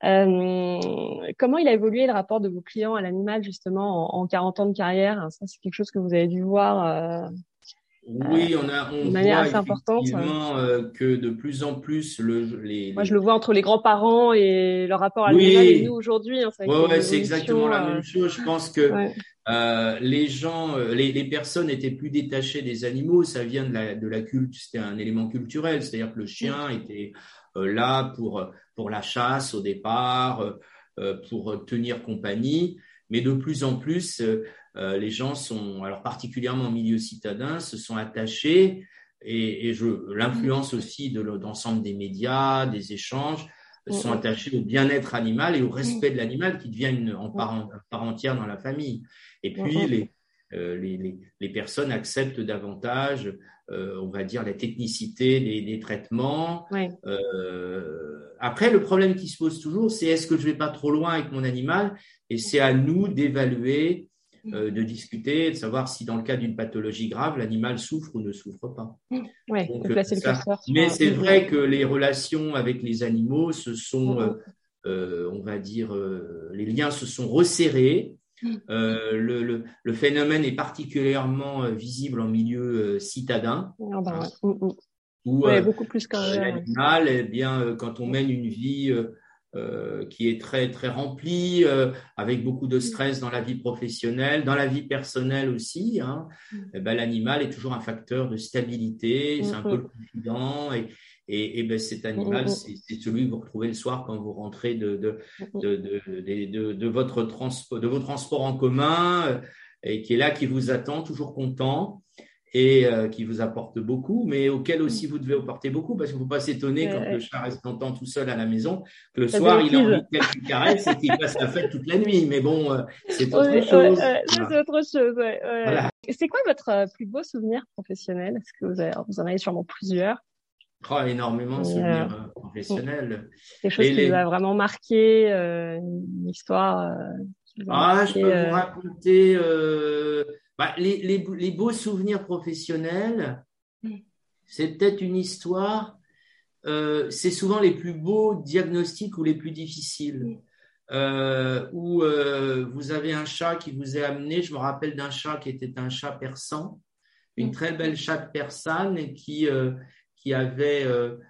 Comment il a évolué le rapport de vos clients à l'animal, justement, en 40 ans de carrière? Ça, c'est quelque chose que vous avez dû voir oui, on de manière assez importante. Que de plus en plus, moi, je le vois entre les grands-parents et leur rapport à l'animal et nous aujourd'hui. C'est exactement la même chose. Je pense que les gens, les personnes étaient plus détachées des animaux. Ça vient de la culture. C'était un élément culturel, c'est-à-dire que le chien était là pour la chasse au départ, pour tenir compagnie. Mais de plus en plus, les gens alors particulièrement en milieu citadin, se sont attachés et l'influence aussi de l'ensemble des médias, des échanges, sont attachés au bien-être animal et au respect de l'animal qui devient une part entière dans la famille. Et puis les personnes acceptent davantage, on va dire, la technicité des traitements. Après, le problème qui se pose toujours, c'est est-ce que je vais pas trop loin avec mon animal? Et c'est à nous d'évaluer, de discuter, de savoir si dans le cas d'une pathologie grave, l'animal souffre ou ne souffre pas. Donc, de placer le curseur. Mais c'est vrai que les relations avec les animaux se sont, on va dire, les liens se sont resserrés. Le phénomène est particulièrement visible en milieu citadin. Où beaucoup plus l'animal, eh bien, quand on mène une vie qui est très très remplie, avec beaucoup de stress dans la vie professionnelle, dans la vie personnelle aussi, eh ben, l'animal est toujours un facteur de stabilité, c'est un peu le confident et ben, cet animal, c'est celui que vous retrouvez le soir quand vous rentrez de vos transports en commun et qui est là, qui vous attend, toujours content. Et qui vous apporte beaucoup, mais auquel aussi vous devez apporter beaucoup, parce qu'il ne faut pas s'étonner quand le chat reste longtemps tout seul à la maison, que le soir, il a envie de quelques caresses et qu'il passe la fête toute la nuit. Mais bon, c'est autre chose. C'est autre chose, Voilà. C'est quoi votre plus beau souvenir professionnel? Est-ce que vous en avez sûrement plusieurs? Énormément de souvenirs professionnels. Quelque chose qui vous a vraiment marqué, une histoire je peux vous raconter... les beaux souvenirs professionnels, c'est peut-être une histoire, c'est souvent les plus beaux diagnostics ou les plus difficiles, où vous avez un chat qui vous est amené, je me rappelle d'un chat qui était un chat persan, une très belle chatte persane qui avait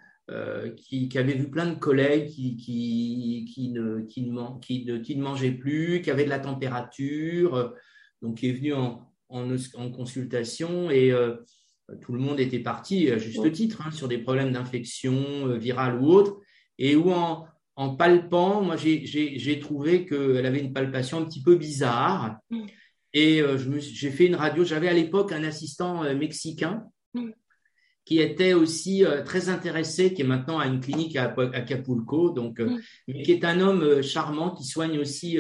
vu plein de collègues qui ne mangeaient plus, qui avaient de la température, donc qui est venu en consultation et tout le monde était parti à juste titre sur des problèmes d'infection virale ou autre, et où en palpant, moi j'ai trouvé qu'elle avait une palpation un petit peu bizarre et j'ai fait une radio. J'avais à l'époque un assistant mexicain qui était aussi très intéressé, qui est maintenant à une clinique à Acapulco, donc, mais qui est un homme charmant qui soigne aussi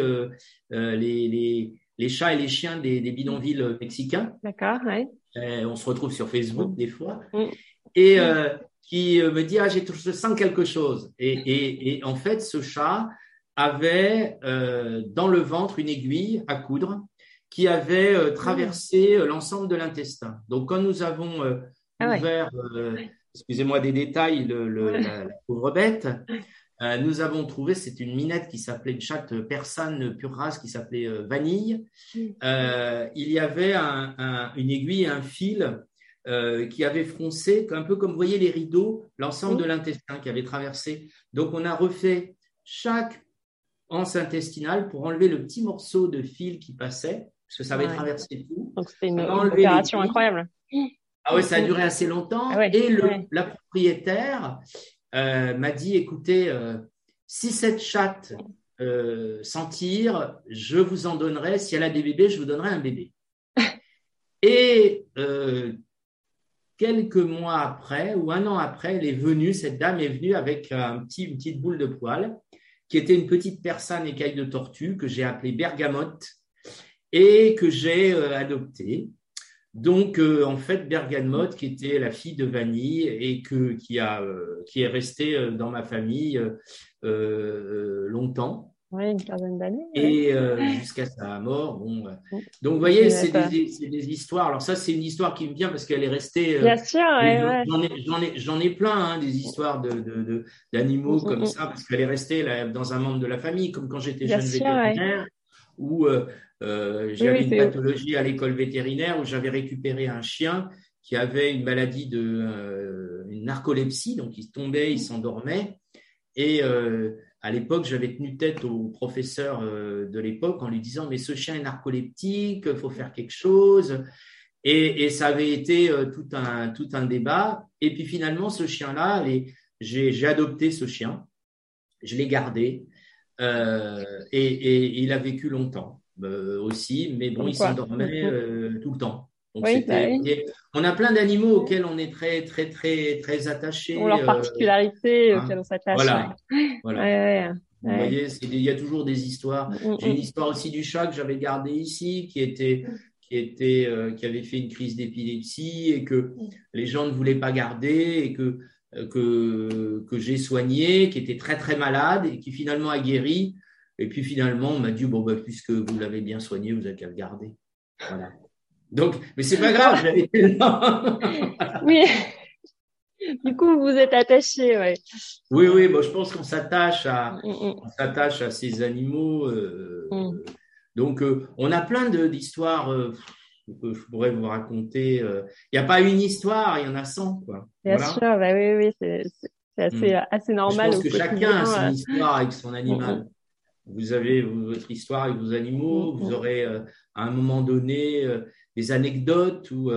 les chats et les chiens des bidonvilles mexicains. D'accord, oui. On se retrouve sur Facebook des fois. Et qui me dit, je sens quelque chose. Et en fait, ce chat avait dans le ventre une aiguille à coudre qui avait traversé l'ensemble de l'intestin. Donc, quand nous avons ouvert, excusez-moi des détails, la pauvre bête, nous avons trouvé, c'est une minette qui s'appelait, une chatte persane pure race qui s'appelait Vanille. Il y avait une aiguille et un fil qui avait froncé, un peu comme vous voyez les rideaux, l'ensemble de l'intestin qui avait traversé. Donc on a refait chaque anse intestinale pour enlever le petit morceau de fil qui passait, parce que ça avait traversé tout. Donc, c'était une opération incroyable. Ah ouais, ça a duré assez longtemps. Et la propriétaire m'a dit, écoutez, si cette chatte s'en tire, je vous en donnerai. Si elle a des bébés, je vous donnerai un bébé. Et quelques mois après, ou un an après, cette dame est venue avec une petite boule de poil, qui était une petite persane écaille de tortue que j'ai appelée Bergamote et que j'ai adoptée. Donc, en fait, Bergamote, qui était la fille de Vanille et qui est restée dans ma famille longtemps. Oui, une quinzaine d'années. Et jusqu'à sa mort. Bon, donc, vous voyez, c'est des histoires. Alors ça, c'est une histoire qui me vient parce qu'elle est restée. Bien sûr, j'en ai plein, des histoires d'animaux comme ça, parce qu'elle est restée dans un membre de la famille, comme quand j'étais jeune vétérinaire, où j'avais une pathologie à l'école vétérinaire, où j'avais récupéré un chien qui avait une maladie une narcolepsie, donc il tombait, il s'endormait, et à l'époque, j'avais tenu tête au professeur de l'époque en lui disant « mais ce chien est narcoleptique, il faut faire quelque chose ». Et ça avait été tout un débat. Et puis finalement, ce chien-là, j'ai adopté ce chien, je l'ai gardé et il a vécu longtemps aussi, mais bon, il s'endormait tout le temps. Donc on a plein d'animaux auxquels on est très, très, très, très attachés. Leurs particularités auxquelles on s'attache. Voilà. Vous voyez, il y a toujours des histoires. J'ai une histoire aussi du chat que j'avais gardé ici, qui avait fait une crise d'épilepsie et que les gens ne voulaient pas garder et que j'ai soigné, qui était très, très malade et qui finalement a guéri. Et puis finalement, on m'a dit, puisque vous l'avez bien soigné, vous n'avez qu'à le garder. Voilà. Donc, mais c'est pas grave, j'avais été là. Oui. Du coup, vous êtes attaché, ouais. Oui, je pense qu'on s'attache à ces animaux. Donc, on a plein d'histoires que je pourrais vous raconter. Il n'y a pas une histoire, il y en a 100, quoi. Bien sûr, oui, c'est assez normal. Je pense que chacun a son histoire avec son animal. Vous avez votre histoire avec vos animaux, vous aurez à un moment donné des anecdotes où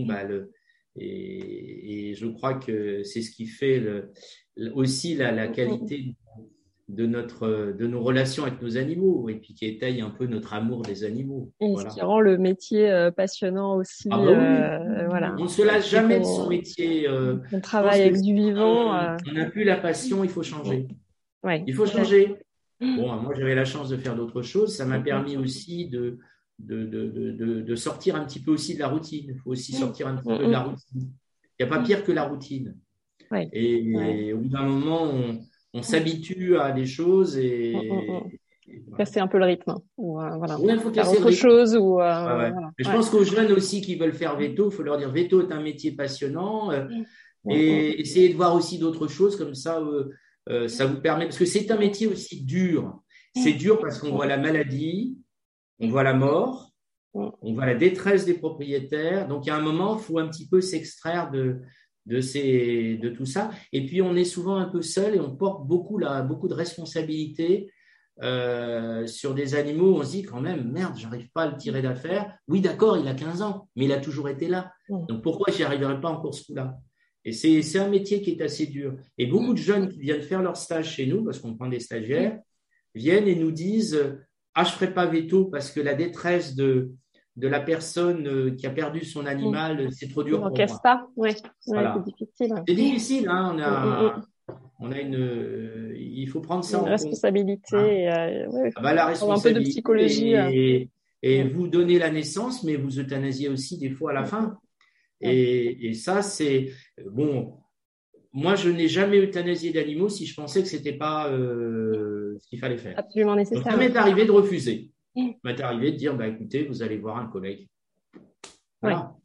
et je crois que c'est ce qui fait aussi la qualité de nos relations avec nos animaux et puis qui étaye un peu notre amour des animaux. Et ce qui rend le métier passionnant aussi. On ne se lasse jamais de son métier. On travaille avec du vivant. On n'a plus la passion, il faut changer. Ouais. Il faut changer. Bon, moi j'avais la chance de faire d'autres choses. Ça m'a permis aussi de sortir un petit peu aussi de la routine. Il faut aussi sortir un petit peu de la routine. Il n'y a pas pire que la routine. Ouais. Et au bout d'un moment, on s'habitue à des choses et casser un peu le rythme. Il faut faire autre chose. Je pense qu'aux jeunes aussi qui veulent faire veto, il faut leur dire veto est un métier passionnant et essayer de voir aussi d'autres choses comme ça. Ça vous permet, parce que c'est un métier aussi dur. C'est dur parce qu'on voit la maladie, on voit la mort, on voit la détresse des propriétaires. Donc, il y a un moment, il faut un petit peu s'extraire de tout ça. Et puis, on est souvent un peu seul et on porte beaucoup de responsabilités sur des animaux. On se dit quand même, merde, j'arrive pas à le tirer d'affaire. Oui, d'accord, il a 15 ans, mais il a toujours été là. Donc, pourquoi j'y arriverai pas encore ce coup-là? Et c'est un métier qui est assez dur. Et beaucoup de jeunes qui viennent faire leur stage chez nous, parce qu'on prend des stagiaires, viennent et nous disent « Ah, je ne ferai pas veto parce que la détresse de la personne qui a perdu son animal, c'est trop dur pour moi. » Pas, voilà. C'est difficile. C'est difficile, hein. Il faut prendre ça en responsabilité. compte. La responsabilité. Un peu de psychologie. Et vous donnez la naissance, mais vous euthanasiez aussi des fois à la fin. Et ça, c'est bon. Moi, je n'ai jamais euthanasié d'animaux si je pensais que c'était pas ce qu'il fallait faire. Absolument nécessaire. Donc, ça m'est arrivé de refuser. Ça m'est arrivé de dire, écoutez, vous allez voir un collègue. Voilà.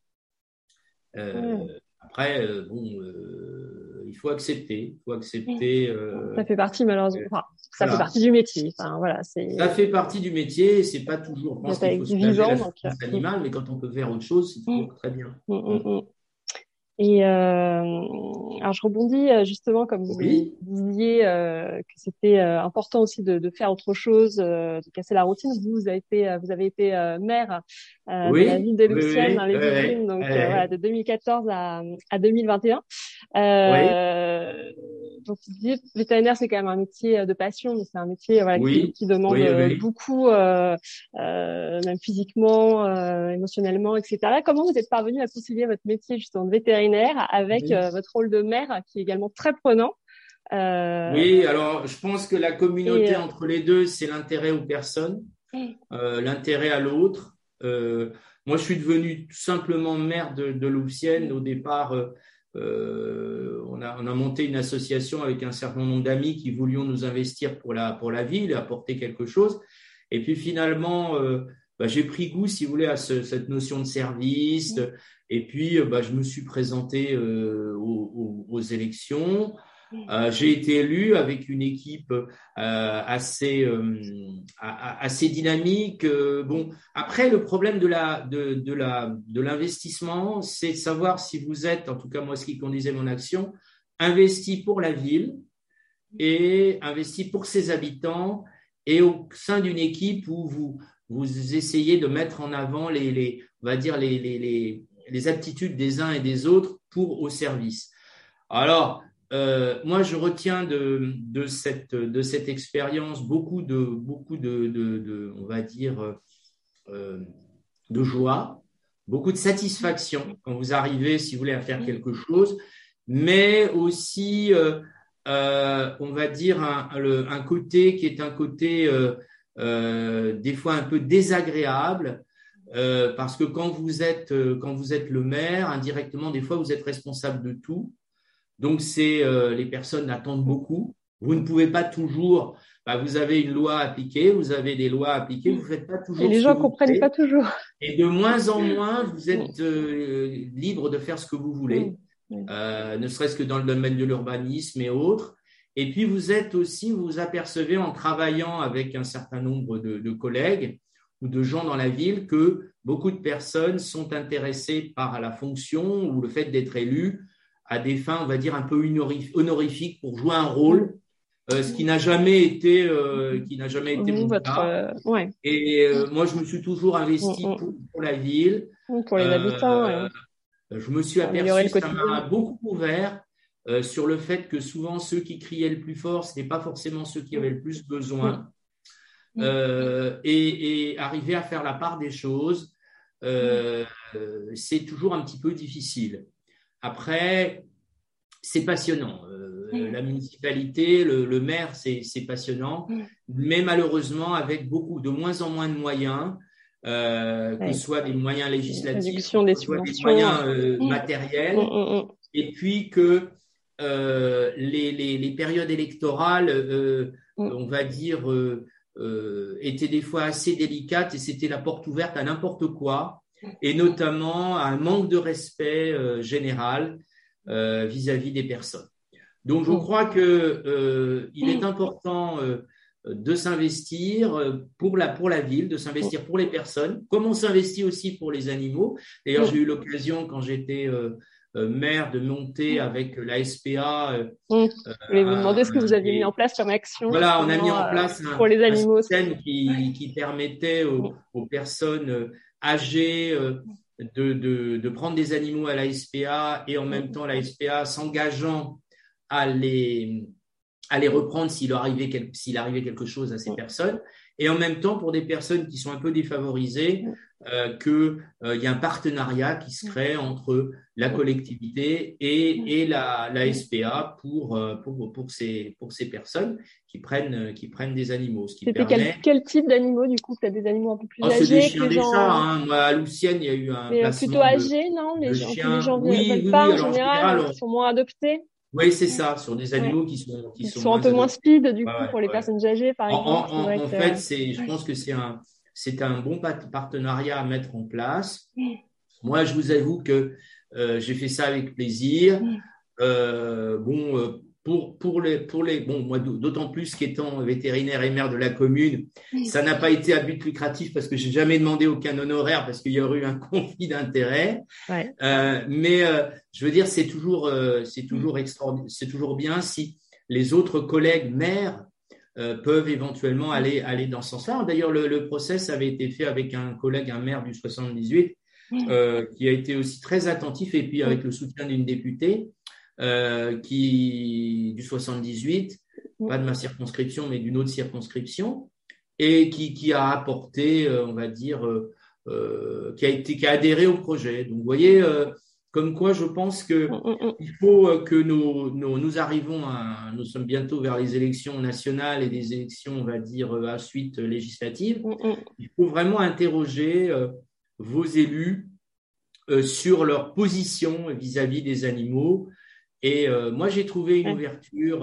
Après, il faut accepter. Ça fait partie, malheureusement. Ça fait partie du métier. Ça fait partie du métier. C'est pas toujours. Je pense qu'il faut se placer l'animal, mais quand on peut faire autre chose, c'est toujours très bien. Et alors je rebondis justement comme vous disiez que c'était important aussi de faire autre chose, de casser la routine. Vous avez été maire de la ville de Louvciennes dans les Yvelines, donc voilà, de 2014 à 2021. Donc tu disais vétérinaire, c'est quand même un métier de passion, mais c'est un métier voilà qui demande beaucoup, même physiquement, émotionnellement, etc. Comment vous êtes parvenu à concilier votre métier justement de vétérinaire avec votre rôle de mère qui est également très prenant? Oui, alors je pense que la communauté entre les deux, c'est l'intérêt aux personnes, l'intérêt à l'autre. Moi, je suis devenu tout simplement maire de Louvciennes. Au départ, on a monté une association avec un certain nombre d'amis qui voulions nous investir pour la ville, apporter quelque chose. Et puis finalement, j'ai pris goût, si vous voulez, à cette notion de service. Et puis, je me suis présenté aux élections. J'ai été élu avec une équipe assez dynamique. Bon, après, le problème de l'investissement, c'est de savoir si vous êtes, en tout cas moi, ce qui conduisait mon action, investi pour la ville et investi pour ses habitants et au sein d'une équipe où vous essayez de mettre en avant les aptitudes des uns et des autres au service. Alors, moi, je retiens de cette expérience beaucoup de on va dire, de joie, beaucoup de satisfaction quand vous arrivez, si vous voulez, à faire quelque chose, mais aussi, on va dire, un côté qui est un côté des fois un peu désagréable. Parce que quand vous êtes le maire, indirectement, des fois, vous êtes responsable de tout. Donc, les personnes attendent beaucoup. Vous ne pouvez pas toujours. Vous avez une loi à appliquer, vous avez des lois à appliquer, vous ne faites pas toujours. Et les gens ne comprennent pas toujours. Et de moins en moins, vous êtes libre de faire ce que vous voulez, ne serait-ce que dans le domaine de l'urbanisme et autres. Et puis, vous vous apercevez en travaillant avec un certain nombre de collègues ou de gens dans la ville que beaucoup de personnes sont intéressées par la fonction ou le fait d'être élu à des fins, on va dire, un peu honorifiques pour jouer un rôle, ce qui n'a jamais été, mon cas. Et moi, je me suis toujours investi pour la ville. Pour les habitants. Je me suis aperçu que ça m'a beaucoup ouvert sur le fait que souvent, ceux qui criaient le plus fort, ce n'est pas forcément ceux qui avaient le plus besoin. Et arriver à faire la part des choses, c'est toujours un petit peu difficile. Après, c'est passionnant. La municipalité, le maire, c'est passionnant, mais malheureusement, avec de moins en moins de moyens, que ce soit des moyens législatifs, que ce soit des moyens matériels, et puis que les périodes électorales, on va dire, étaient des fois assez délicates et c'était la porte ouverte à n'importe quoi, et notamment à un manque de respect général vis-à-vis des personnes. Donc, je crois que il est important de s'investir pour la ville, de s'investir pour les personnes, comme on s'investit aussi pour les animaux. D'ailleurs, j'ai eu l'occasion, quand j'étais maire, de monter avec la SPA. Je voulais vous demander ce que vous aviez mis en place comme action. Voilà, on a mis en place pour les animaux, un système qui permettait aux personnes âgées de prendre des animaux à la SPA et en même temps la SPA s'engageant à les reprendre s'il arrivait quelque chose à ces personnes, et en même temps pour des personnes qui sont un peu défavorisées, qu'il y a un partenariat qui se crée entre la collectivité et la SPA pour ces personnes qui prennent des animaux. C'était quel type d'animaux du coup? Peut-être des animaux un peu plus âgés? C'est des chiens, des chats. Moi, à Louvciennes, il y a eu un placement plutôt âgés, non? Les gens veulent pas en général, ils sont moins adoptés. Oui, c'est ça, sur des animaux qui sont un peu moins speed du coup pour les personnes âgées, par exemple. En fait, je pense que c'est un bon partenariat à mettre en place. Moi, je vous avoue que j'ai fait ça avec plaisir. bon, moi, d'autant plus qu'étant vétérinaire et maire de la commune, ça n'a pas été à but lucratif parce que j'ai jamais demandé aucun honoraire parce qu'il y aurait eu un conflit d'intérêts. Ouais. Mais je veux dire, c'est toujours extraordinaire, c'est toujours bien si les autres collègues maires peuvent éventuellement aller dans ce sens-là. D'ailleurs, le process avait été fait avec un collègue, un maire du 78, qui a été aussi très attentif, et puis avec le soutien d'une députée du 78, pas de ma circonscription, mais d'une autre circonscription, et qui a apporté, on va dire, qui a adhéré au projet. Donc, vous voyez, comme quoi je pense que il faut que nous arrivons nous sommes bientôt vers les élections nationales et des élections, on va dire, à suite législative. Il faut vraiment interroger vos élus sur leur position vis-à-vis des animaux. Et moi, j'ai trouvé une ouverture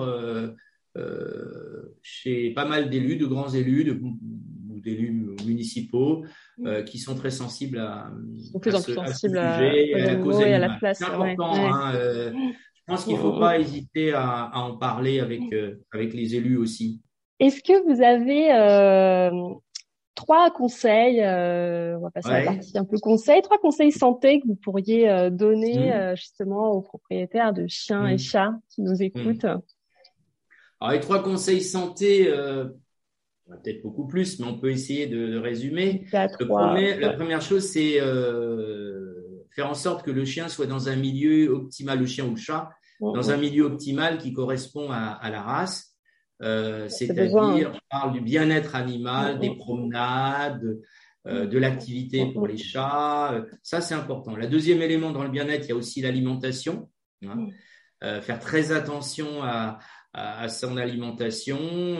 chez pas mal d'élus, de grands élus, d'élus municipaux, qui sont très sensibles à ce sujet, à la cause animale. C'est important. Je pense qu'il ne faut pas hésiter à en parler avec les élus aussi. Est-ce que vous avez 3 conseils, on va passer à la partie un peu conseils, 3 conseils santé que vous pourriez donner justement aux propriétaires de chiens et chats qui nous écoutent? Alors, les 3 conseils santé, peut-être beaucoup plus, mais on peut essayer de résumer. La première chose, c'est faire en sorte que le chien soit dans un milieu optimal, le chien ou le chat, dans un milieu optimal qui correspond à la race. C'est-à-dire, je parle du bien-être animal, des promenades, de l'activité pour les chats. Ça, c'est important. Le deuxième élément dans le bien-être, il y a aussi l'alimentation. Faire très attention à son alimentation,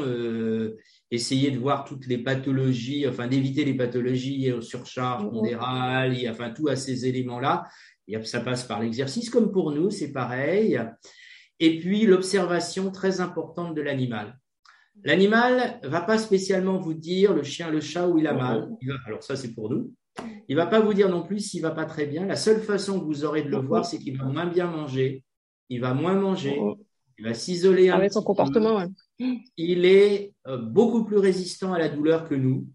essayer de voir toutes les pathologies, enfin d'éviter les pathologies liées aux surcharges pondérales, enfin tout à ces éléments-là. Et ça passe par l'exercice, comme pour nous, c'est pareil. Et puis l'observation très importante de l'animal. L'animal va pas spécialement vous dire, le chien, le chat, où il a mal. Alors ça, c'est pour nous. Il va pas vous dire non plus s'il va pas très bien. La seule façon que vous aurez de le voir, c'est qu'il va moins bien manger. Il va moins manger. Il va s'isoler un petit peu. Son comportement, Il est beaucoup plus résistant à la douleur que nous.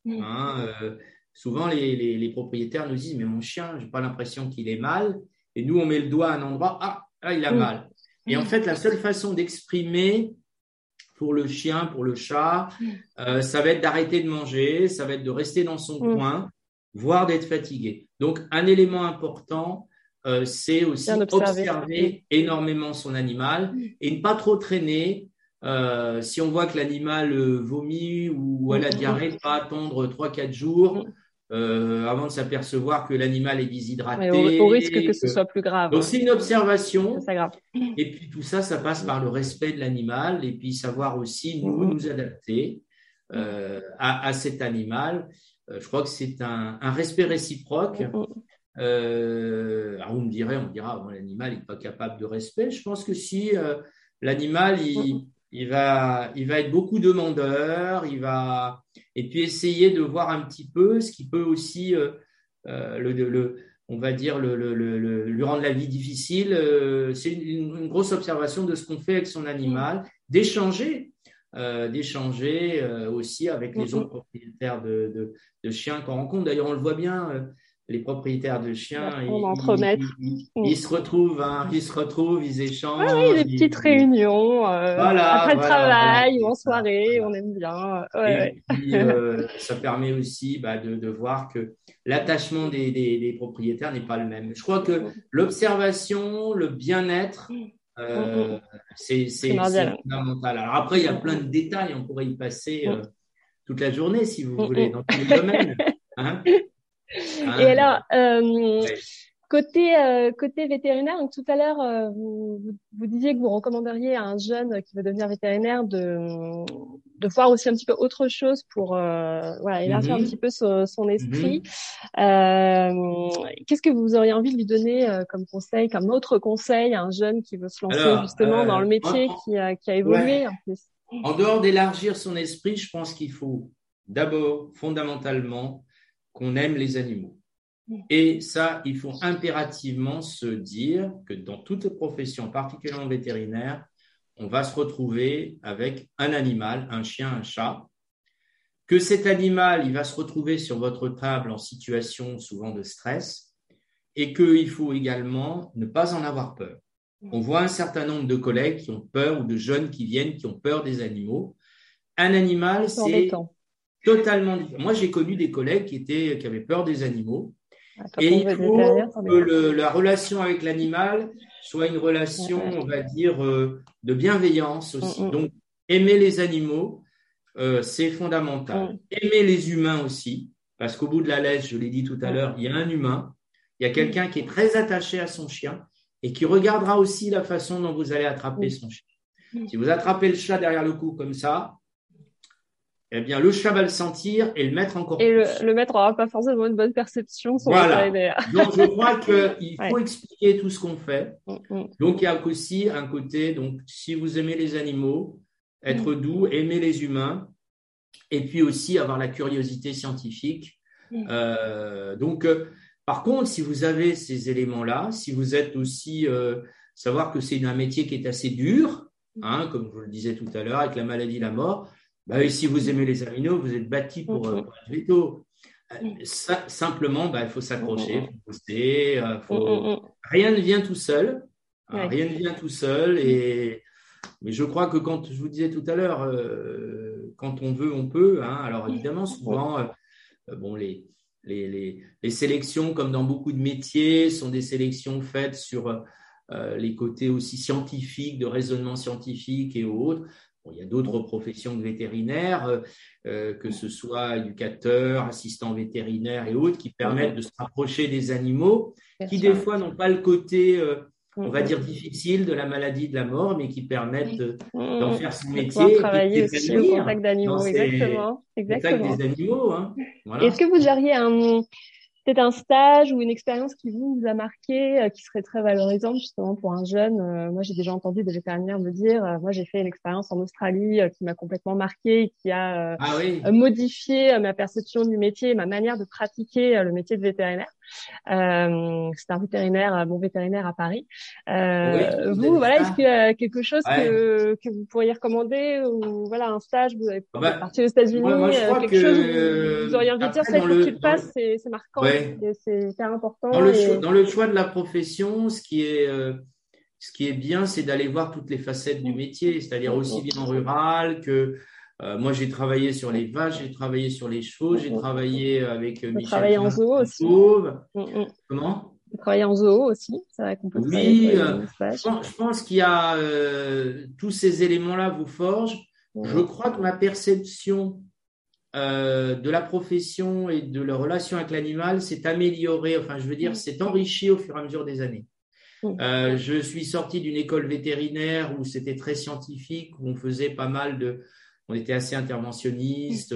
Souvent, les propriétaires nous disent, mais mon chien, j'ai pas l'impression qu'il est mal. Et nous, on met le doigt à un endroit, là, il a mal. Et en fait, la seule façon d'exprimer pour le chien, pour le chat, ça va être d'arrêter de manger, ça va être de rester dans son coin, voire d'être fatigué. Donc, un élément important, c'est aussi observer énormément son animal et ne pas trop traîner. Si on voit que l'animal vomit ou a la diarrhée, pas attendre 3-4 jours avant de s'apercevoir que l'animal est déshydraté. Au risque que ce soit plus grave. Donc, c'est une observation. C'est grave. Et puis, tout ça, ça passe par le respect de l'animal et puis savoir aussi nous adapter à cet animal. Je crois que c'est un respect réciproque. Alors, on dira, bon, l'animal n'est pas capable de respect. Je pense que si l'animal, il va être beaucoup demandeur, et puis essayer de voir un petit peu ce qui peut aussi, on va dire, lui rendre la vie difficile. C'est une grosse observation de ce qu'on fait avec son animal, d'échanger aussi avec les autres propriétaires de chiens qu'on rencontre. D'ailleurs, on le voit bien. Les propriétaires de chiens, ils se retrouvent, ils échangent. Des petites réunions après le travail ou en soirée, on aime bien. Et puis, ça permet aussi de voir que l'attachement des propriétaires n'est pas le même. Je crois que l'observation, le bien-être, c'est fondamental. Alors après, il y a plein de détails, on pourrait y passer toute la journée si vous voulez, dans tous les domaines. Et alors, côté vétérinaire, donc tout à l'heure, vous disiez que vous recommanderiez à un jeune qui veut devenir vétérinaire de voir aussi un petit peu autre chose pour élargir un petit peu son esprit. Qu'est-ce que vous auriez envie de lui donner comme conseil, comme autre conseil à un jeune qui veut se lancer justement dans le métier qui a évolué en plus? En dehors d'élargir son esprit, je pense qu'il faut d'abord, fondamentalement, qu'on aime les animaux. Et ça, il faut impérativement se dire que dans toute profession, particulièrement vétérinaire, on va se retrouver avec un animal, un chien, un chat, que cet animal, il va se retrouver sur votre table en situation souvent de stress et qu'il faut également ne pas en avoir peur. On voit un certain nombre de collègues qui ont peur ou de jeunes qui viennent qui ont peur des animaux. Un animal, c'est totalement différent. Moi, j'ai connu des collègues qui avaient peur des animaux. Et il faut que la relation avec l'animal soit une relation, on va dire, de bienveillance aussi. Donc, aimer les animaux, c'est fondamental. Aimer les humains aussi, parce qu'au bout de la laisse, je l'ai dit tout à l'heure, il y a un humain, il y a quelqu'un qui est très attaché à son chien et qui regardera aussi la façon dont vous allez attraper son chien. Si vous attrapez le chat derrière le cou comme ça, eh bien, le chat va le sentir et le maître encore plus. Et le maître n'aura pas forcément une bonne perception. Voilà. Donc, je crois qu'il faut expliquer tout ce qu'on fait. Donc, il y a aussi un côté, donc, si vous aimez les animaux, être doux, aimer les humains, et puis aussi avoir la curiosité scientifique. Par contre, si vous avez ces éléments-là, si vous êtes aussi, savoir que c'est un métier qui est assez dur, hein, comme je vous le disais tout à l'heure, avec la maladie, la mort, et si vous aimez les aminos, vous êtes bâti pour être veto. Simplement, il faut s'accrocher, il faut poster, rien ne vient tout seul. Rien ne vient tout seul. Mais je crois que quand je vous disais tout à l'heure, quand on veut, on peut. Hein. Alors évidemment, souvent, les sélections, comme dans beaucoup de métiers, sont des sélections faites sur les côtés aussi scientifiques, de raisonnement scientifique et autres. Bon, il y a d'autres professions que vétérinaires, que ce soit éducateurs, assistants vétérinaires et autres, qui permettent de se rapprocher des animaux, qui des fois n'ont pas le côté, on va dire, difficile de la maladie, de la mort, mais qui permettent d'en faire son métier. De travailler aussi au contact d'animaux, exactement. Contact des animaux. Hein. Voilà. Est-ce que vous auriez peut-être un stage ou une expérience qui vous a marqué, qui serait très valorisante justement pour un jeune? Moi, j'ai déjà entendu des vétérinaires me dire, moi, j'ai fait une expérience en Australie qui m'a complètement marquée et qui a modifié ma perception du métier, ma manière de pratiquer le métier de vétérinaire. C'est un bon vétérinaire à Paris. Est-ce qu'il y a quelque chose que vous pourriez recommander ou voilà un stage, vous avez parti aux États-Unis, quelque chose où vous auriez envie de dire ça, il faut que tu le fasses, c'est marquant, c'est hyper important. Dans le choix de la profession, ce qui est bien, c'est d'aller voir toutes les facettes du métier, c'est-à-dire aussi bien en rural que moi, j'ai travaillé sur les vaches, j'ai travaillé sur les chevaux, j'ai travaillé avec Michel. Travailler en zoo aussi. Comment? Travailler en zoo aussi, c'est vrai qu'on peut je pense qu'il y a tous ces éléments-là vous forgent. Je crois que ma perception de la profession et de la relation avec l'animal s'est améliorée, s'est enrichie au fur et à mesure des années. Je suis sorti d'une école vétérinaire où c'était très scientifique, où on faisait pas mal on était assez interventionniste,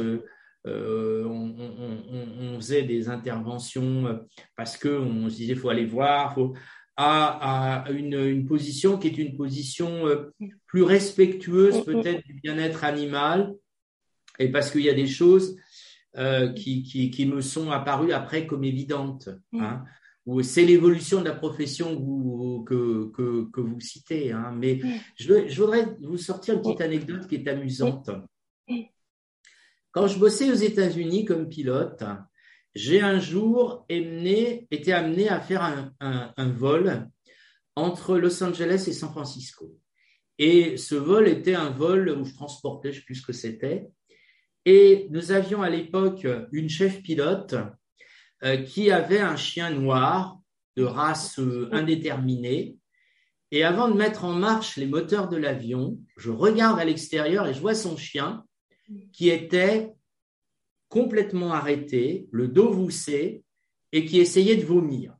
on faisait des interventions parce qu'on se disait il faut aller voir, à une position qui est une position plus respectueuse peut-être du bien-être animal, et parce qu'il y a des choses qui me sont apparues après comme évidentes. Hein. C'est l'évolution de la profession que vous citez. Hein. Mais je voudrais vous sortir une petite anecdote qui est amusante. Quand je bossais aux États-Unis comme pilote, j'ai un jour été amené à faire un vol entre Los Angeles et San Francisco. Et ce vol était un vol où je transportais, je ne sais plus ce que c'était. Et nous avions à l'époque une chef pilote qui avait un chien noir de race indéterminée. Et avant de mettre en marche les moteurs de l'avion, je regarde à l'extérieur et je vois son chien qui était complètement arrêté, le dos voussé, et qui essayait de vomir.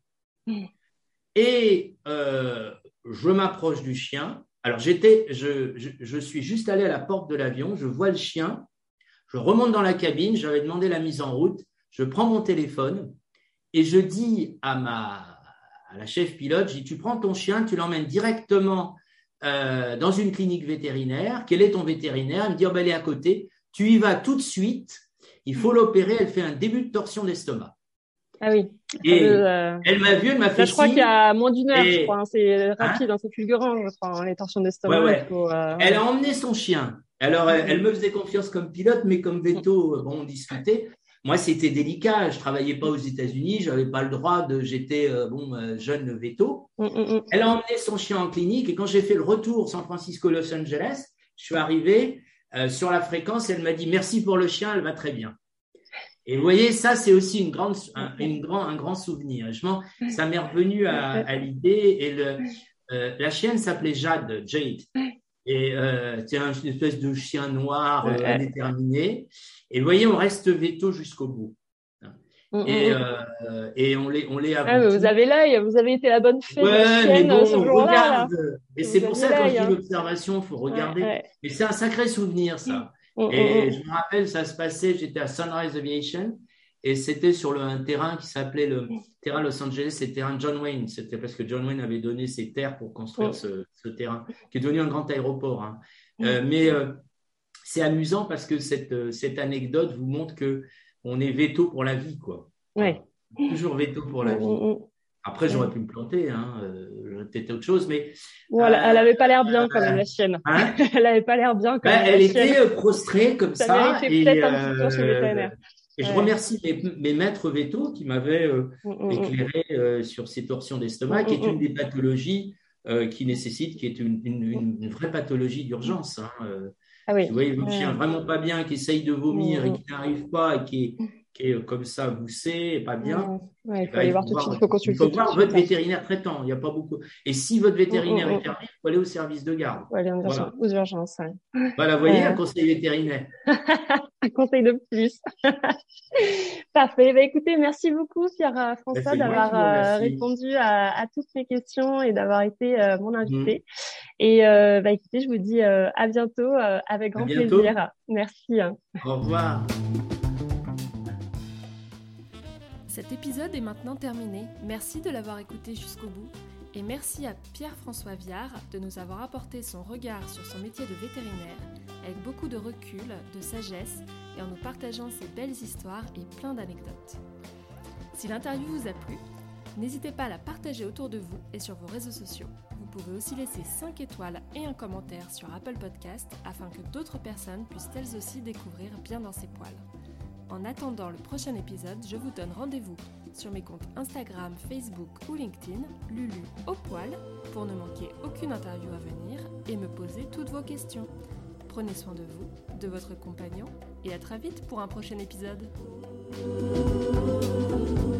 Et je m'approche du chien. Alors, je suis juste allé à la porte de l'avion, je vois le chien, je remonte dans la cabine, j'avais demandé la mise en route, je prends mon téléphone et je dis à la chef pilote, je dis, tu prends ton chien, tu l'emmènes directement dans une clinique vétérinaire. Quel est ton vétérinaire? Elle me dit, elle est à côté. Tu y vas tout de suite. Il faut l'opérer. Elle fait un début de torsion d'estomac. Ah oui. Et elle m'a vu, elle m'a fait je crois qu'il y a moins d'1 heure, je crois. Hein. C'est rapide, c'est fulgurant, je crois. Les torsions d'estomac, ouais. Elle a emmené son chien. Alors, elle me faisait confiance comme pilote, mais comme veto, on discutait. Moi, c'était délicat. Je travaillais pas aux États-Unis, j'avais pas le droit j'étais jeune veto. Elle a emmené son chien en clinique et quand j'ai fait le retour San Francisco-Los Angeles, je suis arrivé sur la fréquence. Elle m'a dit merci pour le chien, elle va très bien. Et vous voyez, ça, c'est aussi un grand souvenir. Ça m'est revenu à l'idée. Et la chienne s'appelait Jade. Et c'est une espèce de chien noir indéterminé. Et vous voyez, on reste veto jusqu'au bout. Et on l'est avant tout. Vous avez l'œil, vous avez été la bonne fée de la chienne ce jour-là. Et c'est pour ça, quand je dis l'observation, il faut regarder. Mais c'est un sacré souvenir, ça. Et je me rappelle, ça se passait, j'étais à Sunrise Aviation et c'était sur un terrain qui s'appelait le terrain Los Angeles, c'est le terrain John Wayne. C'était parce que John Wayne avait donné ses terres pour construire ce terrain, qui est devenu un grand aéroport. Hein. Mais c'est amusant parce que cette anecdote vous montre qu'on est veto pour la vie, quoi. Ouais. Toujours veto pour la vie. Après, j'aurais pu me planter, j'aurais peut-être autre chose, mais... Voilà, elle avait pas l'air bien quand même, la chienne. Hein elle avait pas l'air bien quand même. Elle était prostrée comme ça. Et peut-être un petit tour chez le vétérinaire. Et je remercie mes maîtres vétos qui m'avaient éclairé sur ces torsions d'estomac, qui est une des pathologies qui est une vraie pathologie d'urgence. Ah oui. Vous voyez votre chien vraiment pas bien, qui essaye de vomir et qui n'arrive pas et qui est comme ça voussé et pas bien. Il faut aller voir tout de suite, il faut consulter. Il faut voir votre vétérinaire traitant, il n'y a pas beaucoup. Et si votre vétérinaire est fermé, il faut aller au service de garde. Il faut aller aux urgences. Voilà, vous voyez, un conseil vétérinaire. Un conseil de plus. Parfait. Écoutez, merci beaucoup Pierre-François d'avoir répondu à toutes mes questions et d'avoir été mon invité. Et écoutez, je vous dis à bientôt avec grand plaisir. Merci. Au revoir. Cet épisode est maintenant terminé. Merci de l'avoir écouté jusqu'au bout. Et merci à Pierre-François Viard de nous avoir apporté son regard sur son métier de vétérinaire, avec beaucoup de recul, de sagesse, et en nous partageant ses belles histoires et plein d'anecdotes. Si l'interview vous a plu, n'hésitez pas à la partager autour de vous et sur vos réseaux sociaux. Vous pouvez aussi laisser 5 étoiles et un commentaire sur Apple Podcast afin que d'autres personnes puissent elles aussi découvrir Bien dans ses poils. En attendant le prochain épisode, je vous donne rendez-vous sur mes comptes Instagram, Facebook ou LinkedIn, Lulu au poil, pour ne manquer aucune interview à venir et me poser toutes vos questions. Prenez soin de vous, de votre compagnon et à très vite pour un prochain épisode.